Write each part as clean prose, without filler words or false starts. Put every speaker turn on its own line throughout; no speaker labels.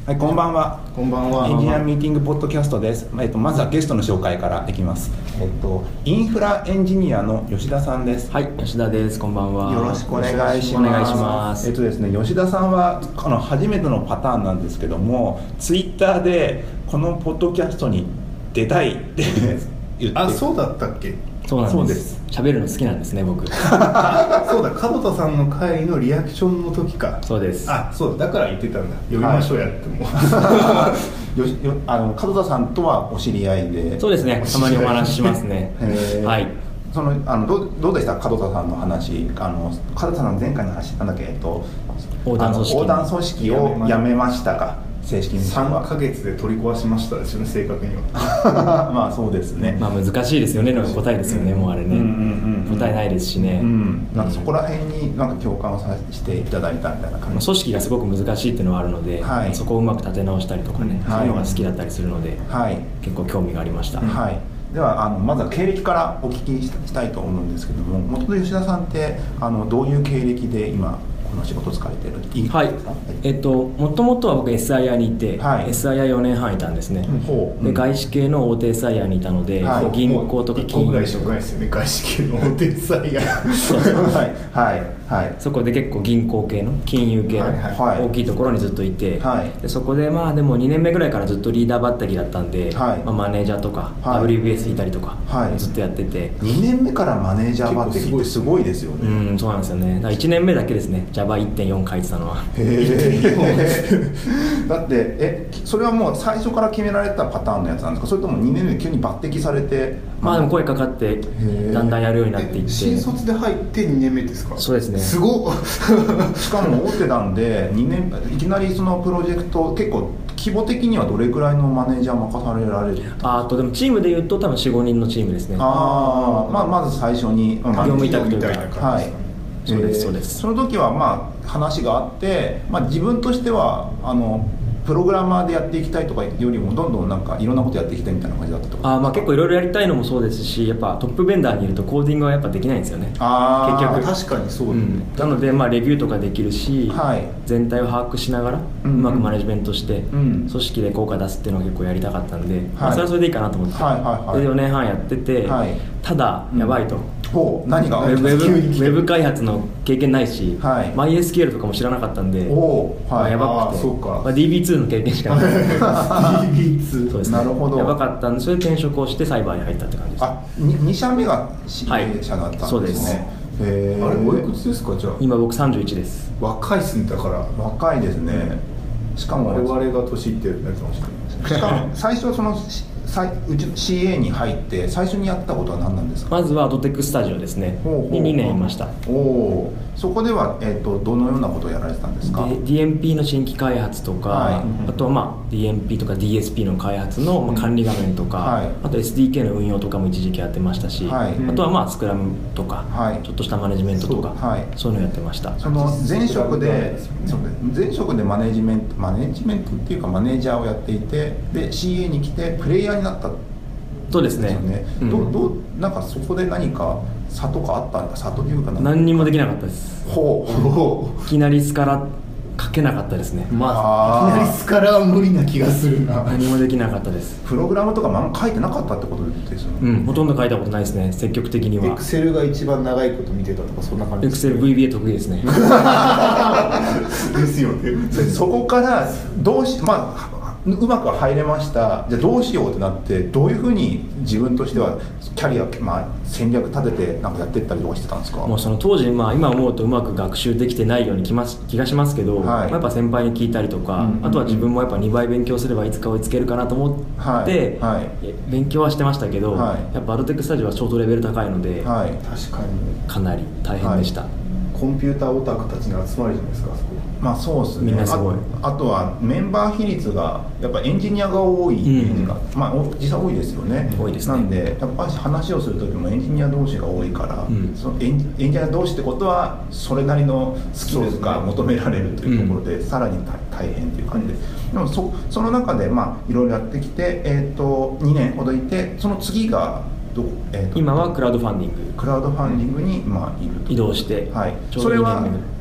はい、こんばんは。
こんばんは。
エンジニアミーティングポッドキャストです。まずはゲストの紹介からいきます。インフラエンジニアの吉田さんです。
はい、吉田です。こんばんは。
よろしくお願いします。
お願いします。
ですね、吉田さんは初めてのパターンなんですけども、ツイッターでこのポッドキャストに出たいって言って。
あ、そうだったっけ？
そうなんです。喋るの好きなんですね、僕。
そうだ、門田さんの回のリアクションの時か。
そうです。
あ、そうだ、だから言ってたんだ。呼びましょうやっても。
門田さんとはお知り合いで。
そうですね。たまにお話ししますね。はい。
どうでした門田さんの話。門田さんの前回の話なんだっけ、
横断組
織を辞めましたが。正式に
3ヶ月で取り壊しましたですよね、正確に
は。まあそうですね。
まあ難しいですよねの答えですよね、もうあれね。答えないですしね。
なんかそこら辺になんか共感をさせていただいたみたいな感じ。
組織がすごく難しいっていうのはあるので、そこをうまく立て直したりとかね、そういうのが好きだったりするので、結構興味がありました。
はい。ではまずは経歴からお聞きしたいと思うんですけども、元々吉田さんってどういう経歴で今この仕事をされてるっていいですか？
はい、もともとは僕 SIR にいて、SIR4 年半いたんですね。で外資系の大手 SIR にいたので、銀行とか金融とか
ですよね、外資系の大手 SIR。
そこで結構銀行系の金融系の大きいところにずっといて、でそこでまあでも2年目ぐらいからずっとリーダーバッタリーだったんで、マネージャーとか WBS いたりとかずっとやってて、
2年目からマネージャーバッタリーってすごいですよね。
そうなんですよね。だから1年目だけですね、Java1.4 書いてたのは。
だってそれはもう最初から決められたパターンのやつなんですか、それとも2年目で急に抜擢されて。
まあでも声かかってだんだんやるようになっていって。
新卒で入って2年目ですか？
そうですね。
すごっ。
しかも大手なんで2年いきなりそのプロジェクト結構規模的にはどれくらいのマネージャー任されられる？
でもチームでいうと多分 4,5 人のチームですね。
まず最初に
業務委託というか、
そうです。その時はまあ話があって、自分としてはプログラマーでやっていきたいとかよりもどんどんなんかいろんなことやっていきたいみたいな感じだったとか。
結構いろいろやりたいのもそうですし、やっぱトップベンダーにいるとコーディングはやっぱできないんですよね。結局
確かにそうですね。
なのでレビューとかできるし、全体を把握しながらうまくマネジメントして組織で効果出すっていうのが結構やりたかったんで、それはそれでいいかなと思って、で4年半やってて、ただやばいと。
何が
ウェブ開発の経験ないし、MySQL とかも知らなかったんで、やばくて、DB2 の経験しかない。
DB2
そうですね。
なるほど。
やばかったんで、それで転職をしてサイバーに入ったって感じです。
2社目が指名者だったんですね。
そうです。
あれおいくつですか？じゃあ
今僕31です。
若いっすね。だから
若いですね。しかも
我々が年いってるやつかもしれない。
しかも最初うち CA に入って最初にやったことは何なんですか？
まずはアドテックスタジオですねに2年いました。
そこでは、どのようなことをやられてたんですか
？DMP の新規開発とか、あとはDMP とか DSP の開発の管理画面とか、あと SDK の運用とかも一時期やってましたし、あとはスクラムとか、ちょっとしたマネジメントとか、そういうのやってました。
その前職でマネジメントっていうかマネージャーをやっていて、で CA に来てプレイヤーになった。
そうですね。
なんかそこで何か差とかあったんですか？差というか
何にもできなかったです。いきなりスカラ書けなかったですね。
いきなりスカラは無理な気がするな。
何もできなかったです。
プログラムとか書いてなかったってことですよね。
ほとんど書いたことないですね、積極的には。
エクセルが一番長いこと見てたとかそんな感じ
ですか？エクセル VBA 得意ですね。
ですよね。
そこからうまく入れました。じゃあどうしようってなって、どういうふうに自分としてはキャリア、戦略立ててなんかやっていったりとかしてたんですか？
もうその当時、今思うとうまく学習できてないように気がしますけど、やっぱ先輩に聞いたりとか、あとは自分もやっぱ2倍勉強すればいつか追いつけるかなと思って、勉強はしてましたけど、やっぱアドテックスタジオは相当レベル高いので、
確かに
かなり大変でした。
コンピューターオタクたちの集まりじゃないですか。
そうですね。
みんなすごい。
あとはメンバー比率がやっぱエンジニアが多いイメージが、実際多いですよね。
多いですね。
なんでやっぱり話をする時もエンジニア同士が多いから、そのエンジニア同士ってことはそれなりのスキルが求められるというところで、さらに大変という感じです。でもその中でいろいろやってきて、2年ほどいて、その次が
今はクラウドファンディング
にいると
移動して、
それは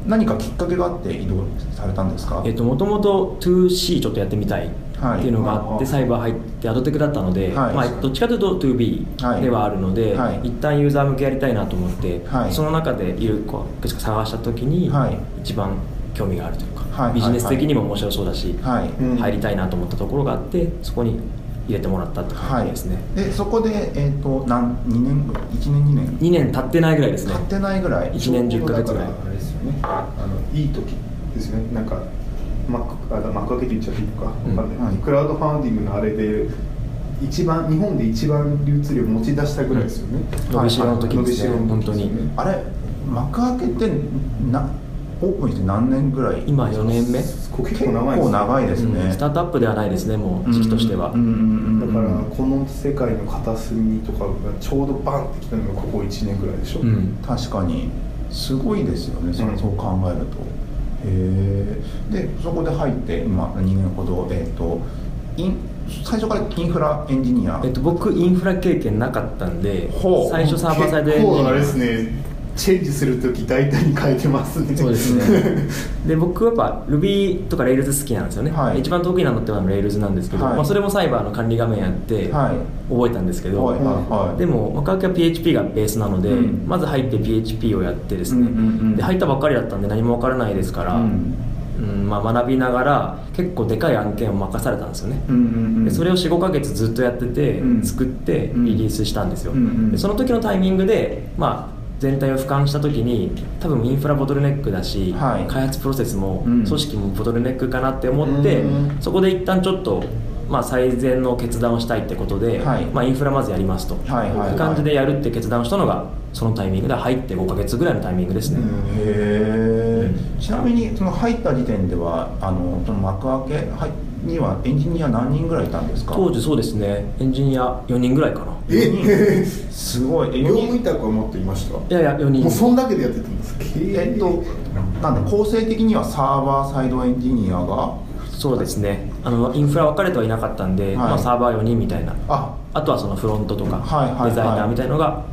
何かきっかけがあって移動されたんですか？
もともと 2C ちょっとやってみたいっていうのがあって、サイバー入ってアドテクだったので、どっちかというと 2B ではあるので、一旦ユーザー向けやりたいなと思って、その中でいくつか探した時に、一番興味があるというか、ビジネス的にも面白そうだし、入りたいなと思ったところがあって、そこに入れてもらったって感じですね。
でそこで、2年1年2年
2年経ってないぐらいですね。
経ってないぐらい、
1年10ヶ月ぐらい。
あれですよね、いい時ですよね。なんか幕開けて言っちゃっていいのか分かんない、クラウドファンディングのあれで日本で一番流通量持ち出したぐらいですよね。
伸びしろの時ですね、本当に。
あれ幕開けてオープンして何年ぐらい？
今4年目。
結構長いですね。
スタートアップではないですね、もう時期としては。
だからこの世界の片隅とかがちょうどバンってきたのがここ1年ぐらいでしょ。
確かにすごいですよね、そう考えると。でそこで入って今2年ほど、最初からインフラエンジニア。
僕インフラ経験なかったんで、最初サーバーサイドエンジニア。
あれですね、チェンジするとき大体に変えてますね。
そうですね。で僕はやっぱ Ruby とか Rails 好きなんですよね。一番得意なのっては Rails なんですけど、それもサイバーの管理画面やって覚えたんですけど、でも幕開けは PHP がベースなので、まず入って PHP をやってですね、で入ったばっかりだったんで何も分からないですから、学びながら結構でかい案件を任されたんですよね。でそれを 4,5 ヶ月ずっとやってて、作ってリリースしたんですよ。でその時のタイミングで全体を俯瞰した時に多分インフラボトルネックだし、開発プロセスも組織もボトルネックかなって思って、そこで一旦ちょっと最善の決断をしたいってことで、インフラまずやりますという感じでやるって決断をしたのがそのタイミングで、入って5ヶ月ぐらいのタイミングですね。
ちなみにその入った時点ではその幕開けにはエンジニア何人ぐらいいたんですか？
当時そうですね、エンジニア4人ぐらいかな。
すごい。
業務委託は持っていました？
いや4人。
もうそんだけでやってたんですか？
なんで構成的にはサーバーサイドエンジニアが？
そうですね、インフラ分かれてはいなかったんで、サーバー4人みたいな、あとはそのフロントとかデザイナーみたいのが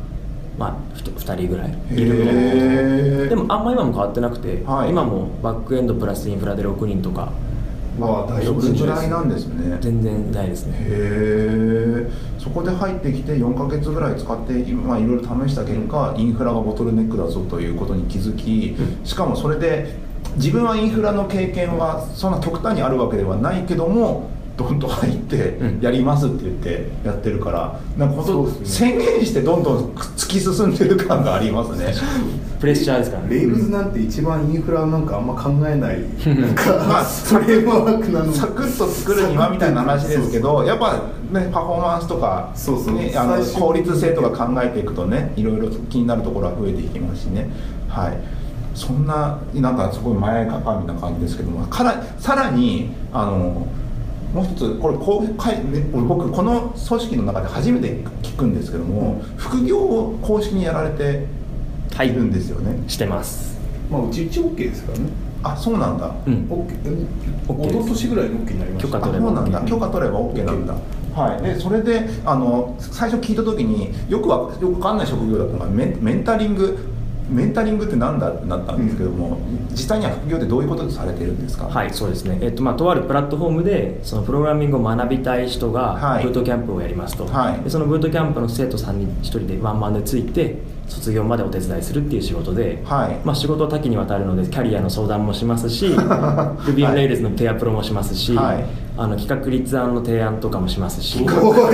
2人ぐらいいるみたいな。でもあんま今も変わってなくて、今もバックエンドプラスインフラで6人とか。
大丈夫ぐらいなんですね。
全然ないですね。
そこで入ってきて4ヶ月ぐらい使っていろいろ試した結果、インフラがボトルネックだぞということに気づき、しかもそれで自分はインフラの経験はそんな極端にあるわけではないけども、どんどん入ってやりますって言ってやってるから、なんか本当宣言してどんどん突き進んでる感がありますね。
プレッシャーですからね。
レールズなんて一番インフラなんかあんま考えない、なんかフレームワークなの
サクッと作るにはみたいな話ですけど、やっぱねパフォーマンスとか効率性とか考えていくとね、いろいろ気になるところは増えていきますしね。そんななんかすごい前かがみな感じですけども、さらにもう一つこれ僕この組織の中で初めて聞くんですけども、副業を公式にやられているんですよね。
してます。
うち一応 OK ですからね。
あ、そうなんだ。
OK 一昨年ぐらいの OK になりました。
許可取れば OK
なんだ。許可取れば OK なんだ。でそれで最初聞いた時によく分かんない職業だったのがメンタリングってなんだってなったんですけども、実際には副業ってどういうことでされてるんですか？
そうですね、とあるプラットフォームでそのプログラミングを学びたい人がブートキャンプをやりますと、でそのブートキャンプの生徒さんに1人でワンマンでついて卒業までお手伝いするっていう仕事で、仕事は多岐にわたるのでキャリアの相談もしますしRuby on Rails のペアプロもしますし、企画立案の提案とかもしますし。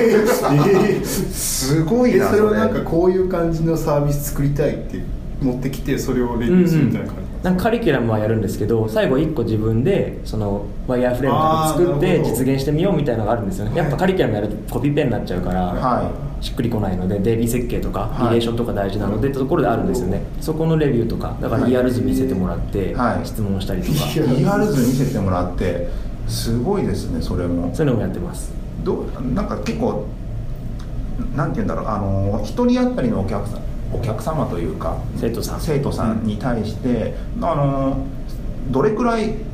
すごいな。
それはなんかこういう感じのサービス作りたいって持ってきてそれをレビューするみたいな感じ、
なんかカリキュラムはやるんですけど、最後1個自分でそのワイヤーフレームとか作って実現してみようみたいなのがあるんですよね。やっぱカリキュラムやるとコピペになっちゃうから、しっくりこないので DB 設計とかリレーションとか大事なのでってところであるんですよね。そこのレビューとかだから ER 図見せてもらって質問したりとか、
ER 図見せてもらってすごいですね。それも
そういうのもやってます。
なんか結構なんて言うんだろう、1人当たりのお客様というか
生徒さん
に対してどれくらい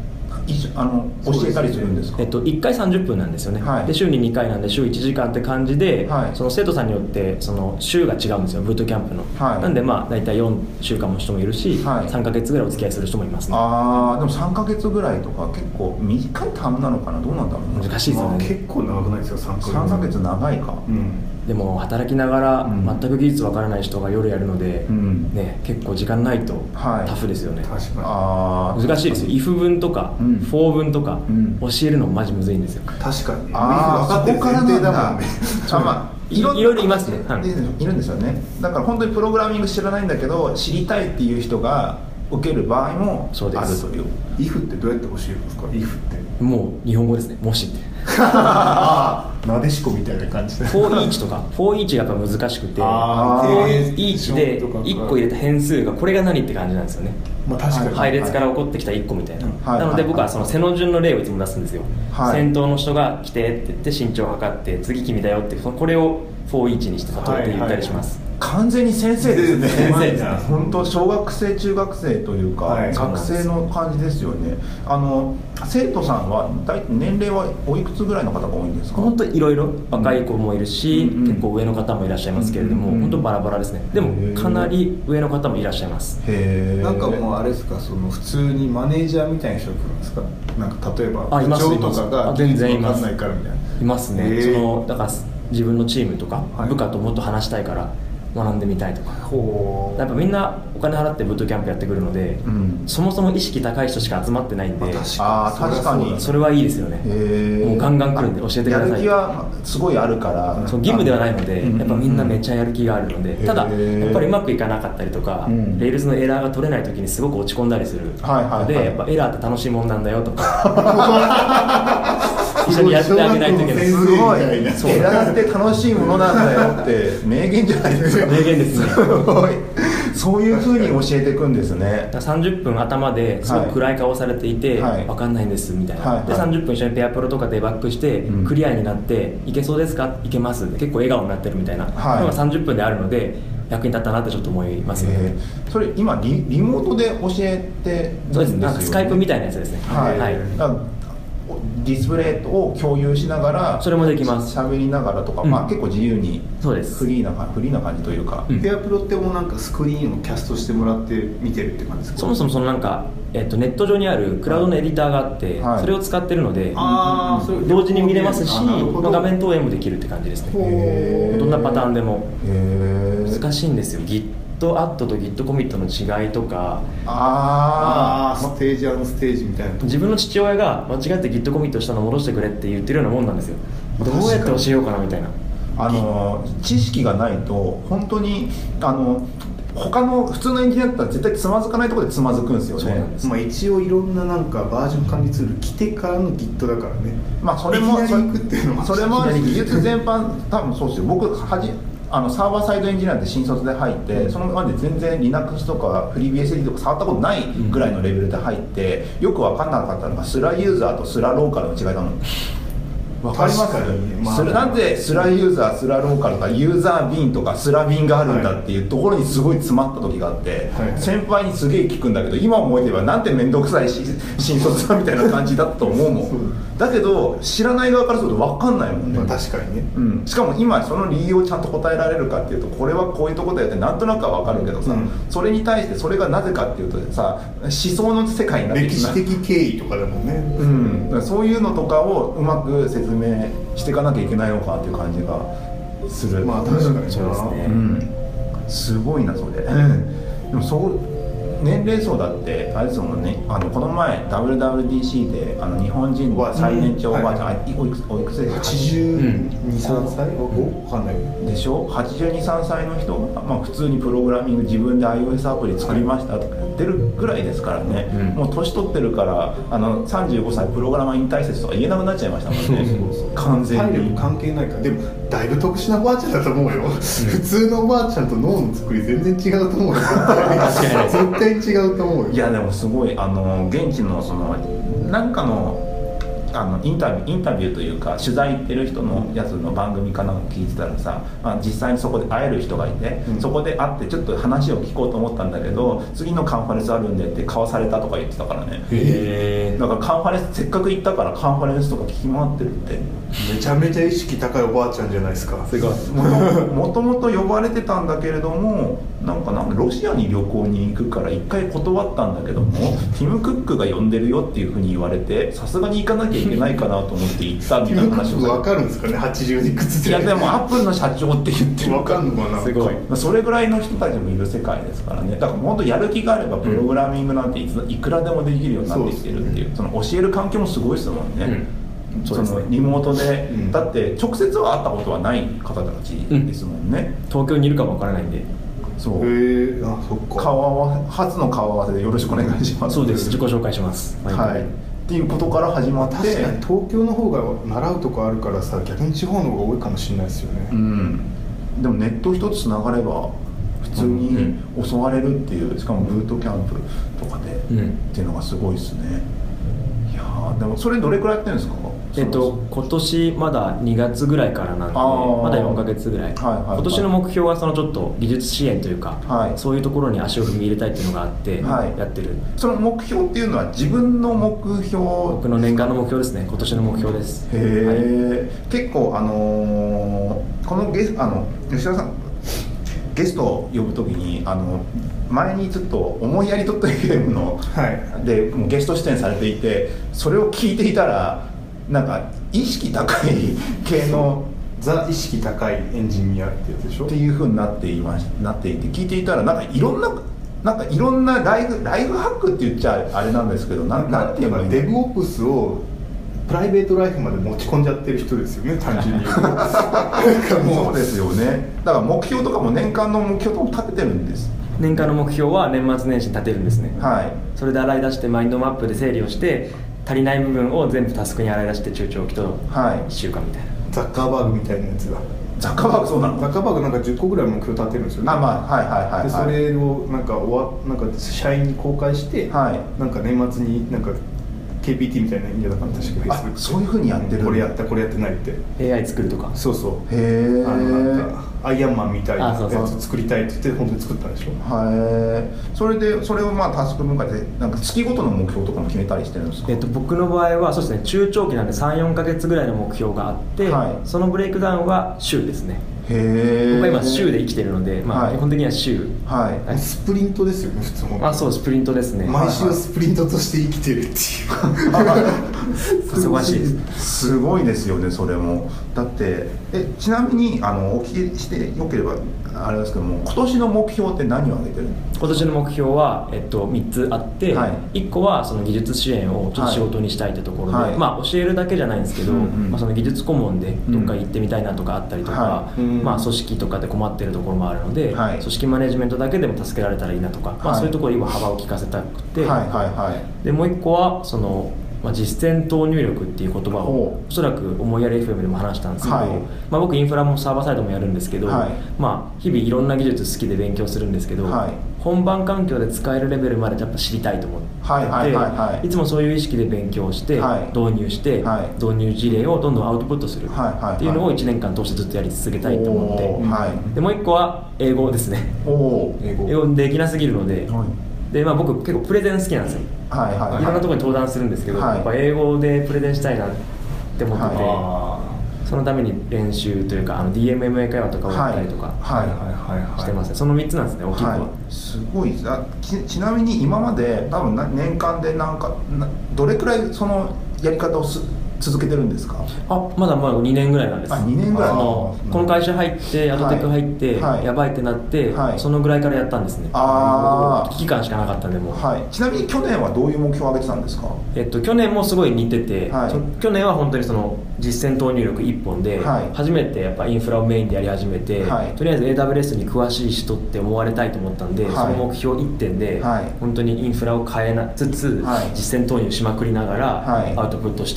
教えたりするんですか。
1回30分なんですよね、はい、で週に2回なんで週1時間って感じで、はい、その生徒さんによってその週が違うんですよ、ブートキャンプの、はい、なんで大体4週間の人もいるし、はい、3ヶ月ぐらいお付き合いする人もいますね。
でも3ヶ月ぐらいとか結構短いタームなのかな、どうなんだろう。
難しいですよね。
結構長くないですよ
3ヶ月長いか、
でも働きながら全く技術わからない人が夜やるので、ね、結構時間ないとタフですよね、
確か
に難しいですよ。 if 文とか for 文とか教えるのマジむずいんですよ。
確かに分
かってる前提だもんね。
いろいろいますね、
いるんですよね。だから本当にプログラミング知らないんだけど知りたいっていう人が受ける場合もあるという。
if ってどうやって教えるんですか。 if って
もう日本語ですね、もしって
なでしこみたいな感じで
for each とかfor each がやっぱ難しくて for each で1個入れた変数がこれが何って感じなんですよね。
確かに
配列から起こってきた1個みたいな、なので僕はその背の順の例をいつも出すんですよ、先頭の人が来てって言って身長を測って次君だよってこれをfor eachにして例えて言ったりします。
完全に先生ですね。
先生ですね。
本当小学生中学生というか、学生の感じですよね。生徒さんは年齢はおいくつぐらいの方が多いんですか。
本当いろいろ若い子もいるし、結構上の方もいらっしゃいますけれども、本当バラバラですね。でもかなり上の方もいらっしゃいます。
なんかもうあれですか、その普通にマネージャーみたいな人が来るんですか。なんか例えば部長とかが
全然います。
ないからみたいな。
いますね。だから自分のチームとか部下ともっと話したいから学んでみたいとか、やっぱみんなお金払ってブートキャンプやってくるので、そもそも意識高い人しか集まってないんで、
確かに
それはいいですよね。もうガンガン来るんで教えてください。
やる気はすごいあるから、
そう義務ではないので、やっぱみんなめっちゃやる気があるので、ただやっぱりうまくいかなかったりとか、レールズのエラーが取れない時にすごく落ち込んだりするので、やっぱエラーって楽しいもんなんだよとか一緒にやってあげないといけない。
すごい、エラーって楽しいものなんだよって名言じゃないですか。
名言ですね。
そういう風に教えていくんですね。
30分頭ですごく暗い顔されていて、分かんないんですみたいな、で30分一緒にペアプロとかデバッグしてクリアになっていけそうですか、いけますって結構笑顔になってるみたいなのが30分であるので役に立ったなってちょっと思いますよね。
それ今リモートで教えて
そうですね、なんかスカイプみたいなやつですね。
ディスプレイを共有しながら
それもできます。
喋りながらとか、結構自由にフリーな感じというか、
ペアプロってもうなんかスクリーンをキャストしてもらって見てるって感じですか。
そもそもそのなんか、ネット上にあるクラウドのエディターがあって、それを使ってるので、同時に見れますし、画面投影もできるって感じですね。どんなパターンでも。難しいんですよ。Git アットと Git コミットの違いとか、
ステージステージみたいな。
自分の父親が間違って Git コミットしたのを戻してくれって言ってるようなもんなんですよ。どうやって教えようかなみたいな。
知識がないと本当に他の普通のエンジニアだったら絶対つまずかないところでつまずくんですよね。
一応いろんななんかバージョン管理ツール来てからの Git だからね。
それもそれも技術全般多分そうですよ。僕サーバーサイドエンジニアで新卒で入って、そのまで全然 Linux とか FreeBSD とか触ったことないぐらいのレベルで入って、よく分かんなかったのがスラユーザーとスラローカルの違いだもん。分かりますか。なんでスラユーザー、スラローカルとかユーザービンとかスラビンがあるんだっていうところにすごい詰まった時があって、先輩にすげえ聞くんだけど、今思えてばなんて面倒くさい新卒だみたいな感じだったと思うもん。だけど知らない側からすると分かんないもんね。
確かにね、
しかも今その理由をちゃんと答えられるかっていうと、これはこういうとこだよってなんとなくは分かるけどさ、それに対してそれがなぜかっていうとさ、思想の世界になってきた。
歴史的経緯とかだもん
ね。そういうのとかをうまく説明していかなきゃいけないのかっていう感じがする。
確かにそうですね。
すごいなそれ。でも年齢層だってあれですもんね。この前 WWDC で日本人は最年長おばあちゃん、おいくつですか。
82、3歳、わかんない
でしょ。82、3歳の人が、普通にプログラミング自分で iOS アプリ作りましたとか言ってるぐらいですからね。もう年取ってるから35歳プログラマー引退説とか言えなくなっちゃいましたもんね。完全に
体力関係ないから。でもだいぶ特殊なおばあちゃんだと思うよ。普通のおばあちゃんと脳の作り全然違うと思うよ。絶対違うと思うよ。
いやでもすごい現地のなんかのインタビューというか取材行ってる人のやつの番組かなんか聞いてたらさ、実際にそこで会える人がいて、そこで会ってちょっと話を聞こうと思ったんだけど、次のカンファレンスあるんでって買わされたとか言ってたからね。だからカンファレンスせっかく行ったからカンファレンスとか聞き回ってるって、
めちゃめちゃ意識高いおばあちゃんじゃないですか。
すごい。
もともと呼ばれてたんだけれども、なんかロシアに旅行に行くから一回断ったんだけども、ティム・クックが呼んでるよっていうふうに言われて、さすがに行かなきゃいけないかなと思って行ったみたいな話を。
分かるんですかね、80いくつで。
いやでもアップルの社長って言ってる
分かんのかな。
すごい。
それぐらいの人たちもいる世界ですからね。だから本当やる気があればプログラミングなんていくらでもできるようになってきてるっていう、その教える環境もすごいですもんね。そのリモートで、だって直接は会ったことはない方たちですもんね。
東京にいるかもわからないんで。
そう。そっか。初の顔合わせでよろしくお願いします。
そうです。自己紹介します。
はい。っていうことから始まって、
確かに東京の方が習うとこあるからさ、逆に地方の方が多いかもしれないですよね。
でもネット一つつながれば普通に教われるっていう、しかもブートキャンプとかで、っていうのがすごいですね。いやでもそれどれくらいやってるんですか？
今年まだ2月ぐらいからなんで、まだ4ヶ月ぐらい、今年の目標はそのちょっと技術支援というか、そういうところに足を踏み入れたいっていうのがあって、やってる。
その目標っていうのは自分の目標？
僕の年間の目標ですね。今年の目標です。
結構この吉田さんゲストを呼ぶときに前にちょっと思いやりとった FM の、でもうゲスト出演されていて、それを聞いていたらなんか意識高い系の
ザ意識高いエンジニアってやつでしょ
っていう風になっていて、聞いていたらなんかいろんなライフハックって言っちゃあれなんですけど、なんていうか
デブオプスをプライベートライフまで持ち込んじゃってる人ですよね、単純に
そうですよね。だから目標とかも年間の目標とかも立ててるんです。
年間の目標は年末年始に立てるんですね。それで洗い出してマインドマップで整理をして、足りない部分を全部タスクに洗い出して中長期と1週間みたいな、
ザッカーバーグみたいなやつだ。
ザッカーバーグ、そうなの？
ザッカーバーグなんか10個ぐらい目標立てるんですよね。でそれをなんか社員に公開して、なんか年末になんかKPT みたいなのいいんじゃなかった確か。
そういう風にやってる。これや
ってないって
AI 作るとか。
そうそう。なんかアイアンマンみたいなやつ作りたいって言って本当に作ったんでしょ。それをタスク分解でなんか月ごとの目標とかも決めたりしてるんですか？
僕の場合はそうですね、中長期なんで 3,4 ヶ月ぐらいの目標があって、そのブレイクダウンは週ですね。僕は今週で生きてるので、基本的には週、
スプリントですよね、普通も。
そう、スプリントですね。
毎週スプリントとして生きてるっていう
忙しいです。
すごいですよね、それも。だってちなみにお聞きしてよければあれですけども、今年の目標って何を挙げてるんですか？
今年の目標は、3つあって、1個はその技術支援をちょっと仕事にしたいってところで、教えるだけじゃないんですけど、その技術顧問でどっか行ってみたいなとかあったりとか、組織とかで困ってるところもあるので、組織マネジメントだけでも助けられたらいいなとか、そういうところに今幅を利かせたくて、でもう1個はその実践投入力っていう言葉をおそらく思いやり FM でも話したんですけど、僕インフラもサーバーサイドもやるんですけど、日々いろんな技術好きで勉強するんですけど、本番環境で使えるレベルまでやっぱ知りたいと思っていつもそういう意識で勉強して、導入して、導入事例をどんどんアウトプットするっていうのを1年間通してずっとやり続けたいと思って、でもう1個は英語ですね。英語できなすぎるので、僕結構プレゼン好きなんですよ。いろんなところに登壇するんですけど、やっぱ英語でプレゼンしたいなって思ってて、そのために練習というかDMMA 会話とかをやったりとかしてますね。その3つなんですね、大きくは。
すごい。ちなみに今まで多分年間でどれくらいそのやり方を続けてるんですか？
まだ2年ぐらいなんです。
2年ぐらい。
この会社入ってアドテク入って、やばいってなって、そのぐらいからやったんですね。危機感しかなかったんでもう。
ちなみに去年はどういう目標を上げてたんですか？
去年もすごい似てて、去年は本当にその実践投入力1本で、初めてやっぱインフラをメインでやり始めて、とりあえず AWS に詳しい人って思われたいと思ったんで、その目標1点で、本当にインフラを変えつつ、実践投入しまくりながらアウトプットしてっ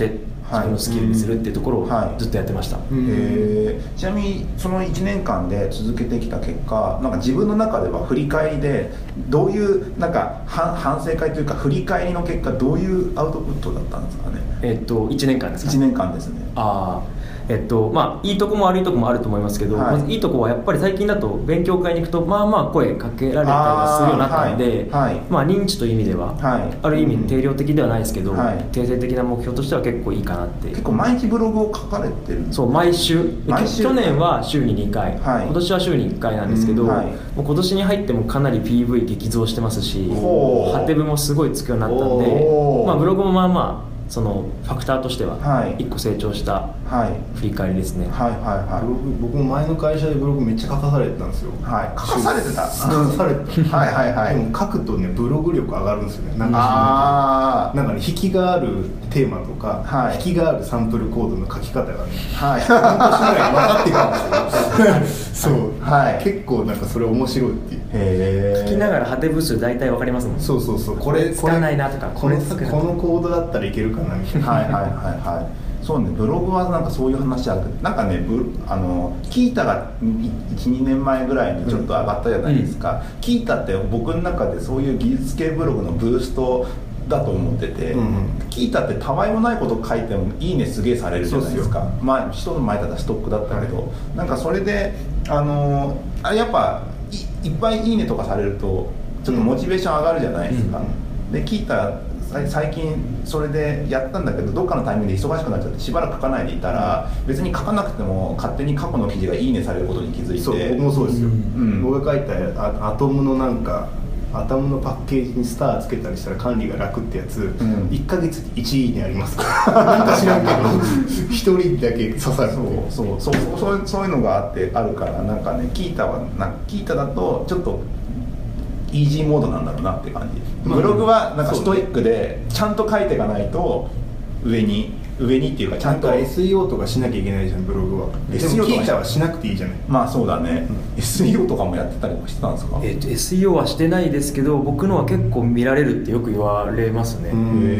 自分のスキルにするっていうところをずっとやってました。
ちなみにその1年間で続けてきた結果、なんか自分の中では振り返りでどういうなんか反省会というか振り返りの結果どういうアウトプットだったんですかね。
1年間ですか。
1年間ですね。
まあいいとこも悪いとこもあると思いますけど、まずいいとこはやっぱり最近だと勉強会に行くとまあまあ声かけられたりはするようになったので、まあ認知という意味では、ある意味定量的ではないですけど、定性的な目標としては結構いいかなって。
結構毎日ブログを書かれてるんですか。
そう、毎週去年は週に2回、今年は週に1回なんですけど、もう今年に入ってもかなり PV 激増してますし、ハテブもすごいつくようになったんで、まあブログもまあまあそのファクターとしては1個成長した振り返りですね。
僕も前の会社でブログめっちゃ書かされてたんですよ。
書かされてた。
書かされてた。でも書くとねブログ力上がるんですよね。なんかね引きがあるテーマとか、引きがあるサンプルコードの書き方がね、半年ぐらい分かってくるんですよ。そう、結構なんかそれ面白いっていう。
書きながらハテブ数大体分かりますもん。
そうこれ
使わないなとか、
このコードだったらいけるかなみたいな。
そうね、ブログはなんかそういう話ある。なんかね、キータが 1,2 年前ぐらいにちょっと上がったじゃないですか。キータって僕の中でそういう技術系ブログのブーストだと思ってて、キータってたわいもないこと書いてもいいねすげえされるじゃないですか。まあ人の前だったらストックだったけど、なんかそれでやっぱいっぱいいいねとかされるとちょっとモチベーション上がるじゃないですか。でキータ最近それでやったんだけど、どっかのタイミングで忙しくなっちゃってしばらく書かないでいたら、別に書かなくても勝手に過去の記事がいいねされることに気づいて。
そう、僕もそうですよ。僕が書いたアトムのなんかアトムのパッケージにスターつけたりしたら管理が楽ってやつ、1ヶ月で1いいねありますからなんか知らんけど1人だけ刺さる。
そういうのがあるから、なんかね、キータだとちょっとイージーモードなんだろうなって感じ。ブログはなんかストイックでちゃんと書いていかないと上にっていうか、ちゃんと
SEO とかしなきゃいけないじゃんブログは。SEO とかはしなくていいじゃない。
まあそうだね、SEO とかもやってたりもしてたんですか。
SEO はしてないですけど、僕のは結構見られるってよく言われますね。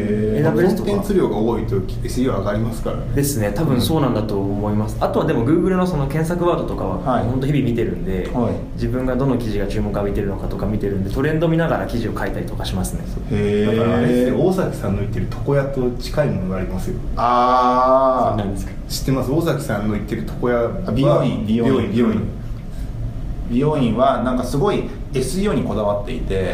AWS とかコンテンツ量が多いと SEO 上がりますからね。
ですね、多分そうなんだと思います。あとはでも Google のその検索ワードとかは本当日々見てるんで、自分がどの記事が注目を浴びてるのかとか見てるんで、トレンド見ながら記事を書いたりとかしますね。
だからあれって大崎さんの言ってる床屋と近いものがありますよ。
なんですか。
知ってます？大崎さんの言ってる床屋は
美容院はなんかすごい SEO にこだわっていて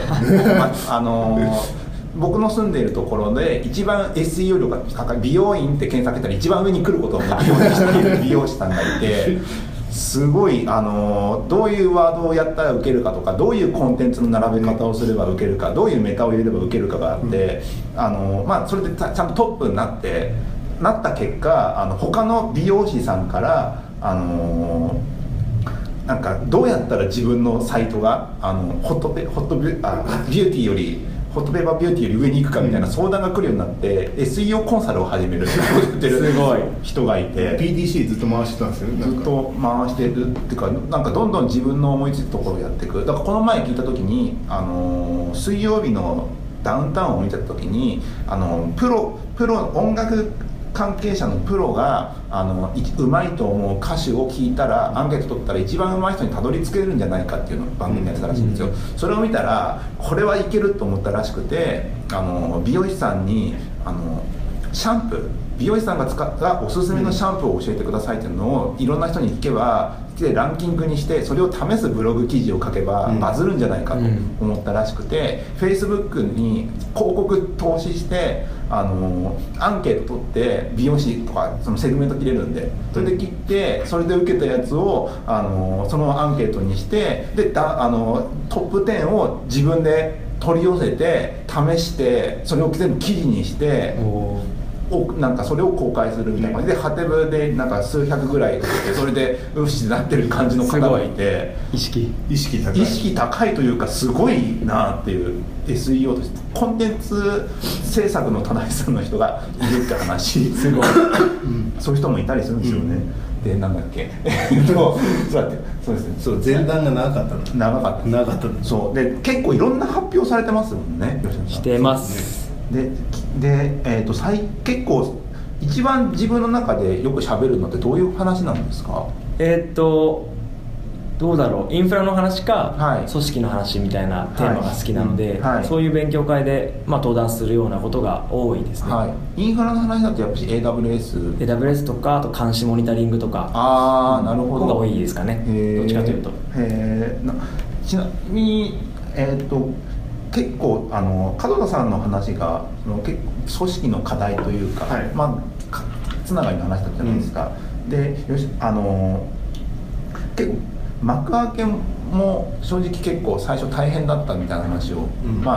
僕の住んでいるところで一番 SEO 量が高い美容院って検索したら一番上に来ることを目標にしている美容師さんがいてすごいどういうワードをやったら受けるかとか、どういうコンテンツの並べ方をすれば受けるか、どういうメタを入れれば受けるかがあって、それでちゃんとトップになった結果、他の美容師さんからなんかどうやったら自分のサイトがホットペーパービューティーより上に行くかみたいな相談が来るようになって、SEO コンサルを始めるっていう人がいて、
PDC ずっと回してたんですよね。
ずっと回してるっていうか、なんかどんどん自分の思いついたところをやっていく。だからこの前聞いた時に水曜日のダウンタウンを見た時にプロ音楽関係者のプロがうまいと思う歌手を聞いたらアンケート取ったら一番うまい人にたどり着けるんじゃないかっていうのを番組やってたらしいんですよ。それを見たらこれはいけると思ったらしくて、美容師さんにシャンプー、美容師さんがおすすめのシャンプーを教えてくださいっていうのをいろんな人に聞けばランキングにして、それを試すブログ記事を書けばバズるんじゃないかと思ったらしくて、Facebook に広告投資してアンケート取って美容師とかそのセグメント切れるんで、それで切ってそれで受けたやつをそのアンケートにして、でトップ10を自分で取り寄せて試して、それを全部記事にしてなんかそれを公開するみたいな感じで、ハテブでなんか数百ぐらいかけてそれでうっしになってる感じの方がいて、
意識
高いというかすごいなっていう。 SEO としてコンテンツ制作の田中さんの人がいるって話すごいそういう人もいたりするんですよね。でなんだっけそうですね。
そう、前段が長かった
そうで結構いろんな発表されてますもんね。
してます。
で結構一番自分の中でよく喋るのってどういう話なんですか？
どうだろう、インフラの話か、
はい、
組織の話みたいなテーマが好きなので、
はい、
そういう勉強会で、登壇するようなことが多いですね。
はい、インフラの話だとやっぱり AWS
とか、あと監視モニタリングとか、
なるほど、
が多いですかね。どっちかというと。
ちなみに、結構門田さんの話が結構組織の課題というか、はい、つながりの話だったじゃないですか。で結構幕開けも正直結構最初大変だったみたいな話を、もう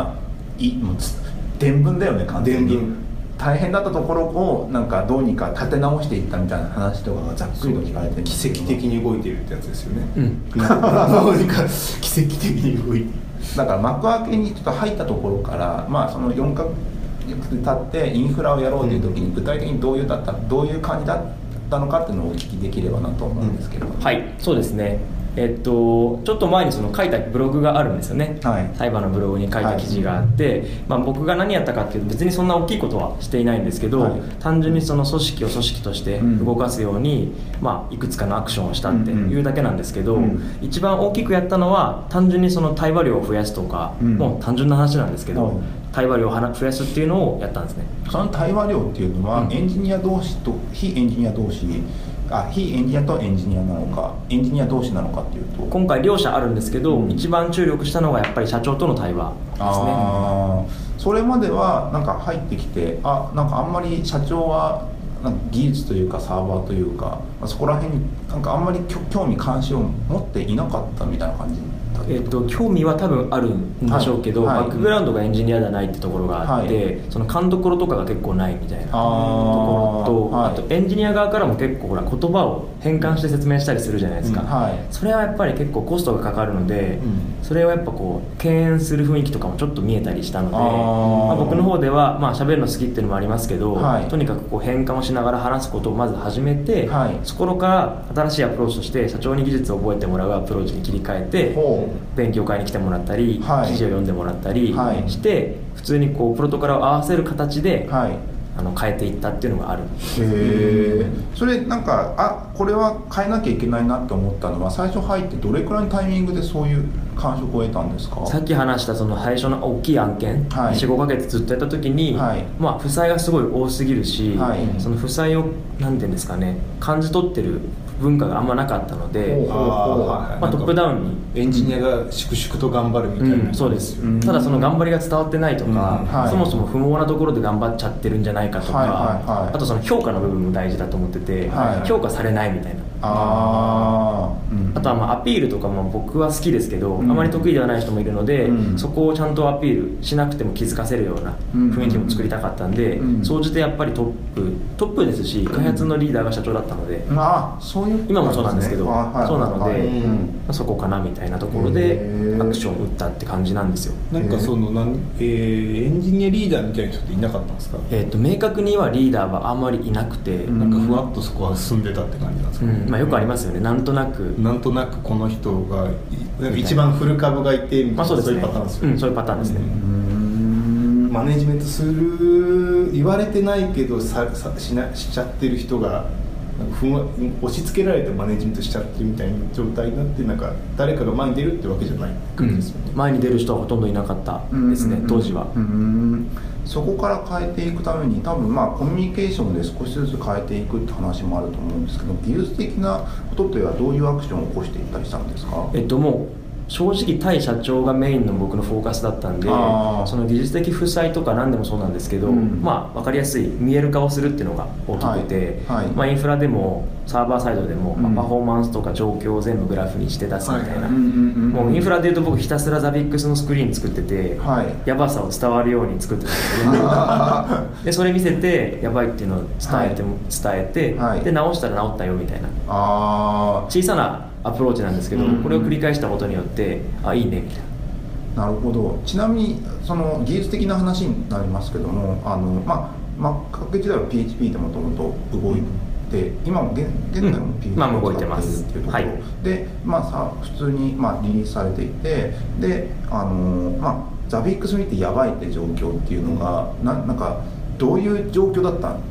伝聞だよね、完全に大変だったところをなんかどうにか立て直していったみたいな話とかがざっくりと聞かれて、
奇跡的に動いてるってやつですよね。どうにか奇跡的に動いてる。
だから幕開けにちょっと入ったところから、その4ヶ月経ってインフラをやろうという時に具体的にどういう感じだったのかっていうのをお聞きできればなと思うんですけど、
はい、そうですね。ちょっと前にその書いたブログがあるんですよね、はい、サイバーのブログに書いた記事があって、僕が何やったかっていうと別にそんな大きいことはしていないんですけど、単純にその組織を組織として動かすように、いくつかのアクションをしたっていうだけなんですけど、一番大きくやったのは単純にその対話量を増やすとか、もう単純な話なんですけど、対話量を増やすっていうのをやったんですね。
その対話量っていうのは、エンジニア同士と非エンジニア同士、非エンジニアとエンジニアなのか、エンジニア同士なのかっていうと、
今回両者あるんですけど、一番注力したのがやっぱり社長との対話ですね。
それまではなんか入ってきて、なんかあんまり社長はなんか技術というかサーバーというか、そこら辺になんかあんまり興味関心を持っていなかったみたいな感じ。
興味は多分あるんでしょうけど、バックグラウンドがエンジニアではないってところがあって、その勘どころとかが結構ないみたいなところと、あとエンジニア側からも結構言葉を変換して説明したりするじゃないですか、それはやっぱり結構コストがかかるので、それをやっぱ敬遠する雰囲気とかもちょっと見えたりしたので、僕の方では喋るの好きっていうのもありますけど、とにかく変換をしながら話すことをまず始めて、そこから新しいアプローチとして社長に技術を覚えてもらうアプローチに切り替えて、勉強会に来てもらったり、記事を読んでもらったりして、普通にプロトコルを合わせる形で、変えていったっていうのがある。
それなんかこれは変えなきゃいけないなって思ったのは、最初入ってどれくらいのタイミングでそういう感触を得たんですか？
さっき話したその最初の大きい案件、4,5 ヶ月ずっとやった時に、負債がすごい多すぎるし、その負債を何ていうんですかね、感じ取ってる文化があんまなかったので、トップダウンに
エンジニアが粛々と頑張るみたいな、
そうです。ただその頑張りが伝わってないとか、そもそも不毛なところで頑張っちゃってるんじゃないかとか、あとその評価の部分も大事だと思ってて、評価されないみたいな、あとはアピールとかも僕は好きですけど、あまり得意ではない人もいるので、そこをちゃんとアピールしなくても気づかせるような雰囲気も作りたかったんで、総じてやっぱりトップですし、開発のリーダーが社長だったので、今もそうなんですけど、そうなので、そこかなみたいなところでアクションを打ったって感じなんですよ。
なんかそのエンジニアリーダーみたいな人っていなかったんですか？
明確にはリーダーはあんまりいなくて、
なんかふわっとそこは進んでたって感じなんですかね。
よくありますよね。なんとなく
この人が一番フル株がいてみたいな、そういうパターンですよね。
そういうパターンですね。
マネジメントする言われてないけどしちゃってる人が押し付けられてマネジメントしちゃってるみたいな状態になって、なんか誰かが前に出るってわけじゃない感じですよね。
前に出る人はほとんどいなかったですね、当時は。
そこから変えていくために多分コミュニケーションで少しずつ変えていくって話もあると思うんですけど、技術的なことというのはどういうアクションを起こしていったりしたんですか？
もう正直対社長がメインの僕のフォーカスだったんで、その技術的負債とか何でもそうなんですけど、分かりやすい見える化をするっていうのが大きくて、インフラでもサーバーサイドでも、パフォーマンスとか状況を全部グラフにして出すみたいな、もうインフラでいうと僕ひたすらザビックスのスクリーン作ってて、やばさを伝わるように作ってたんですけどでそれ見せてやばいっていうのを伝えて、で直したら直ったよみたいな小さなアプローチなんですけど、これを繰り返したことによっていいねみたい
な。なるほど。ちなみにその技術的な話になりますけども、Mac時代は PHP でもともと動いて、今も現在も PHP
も動いてます
っていうところで、普通にリリースされていて、でザビックス見てやばいって状況っていうのがなんかどういう状況だった技術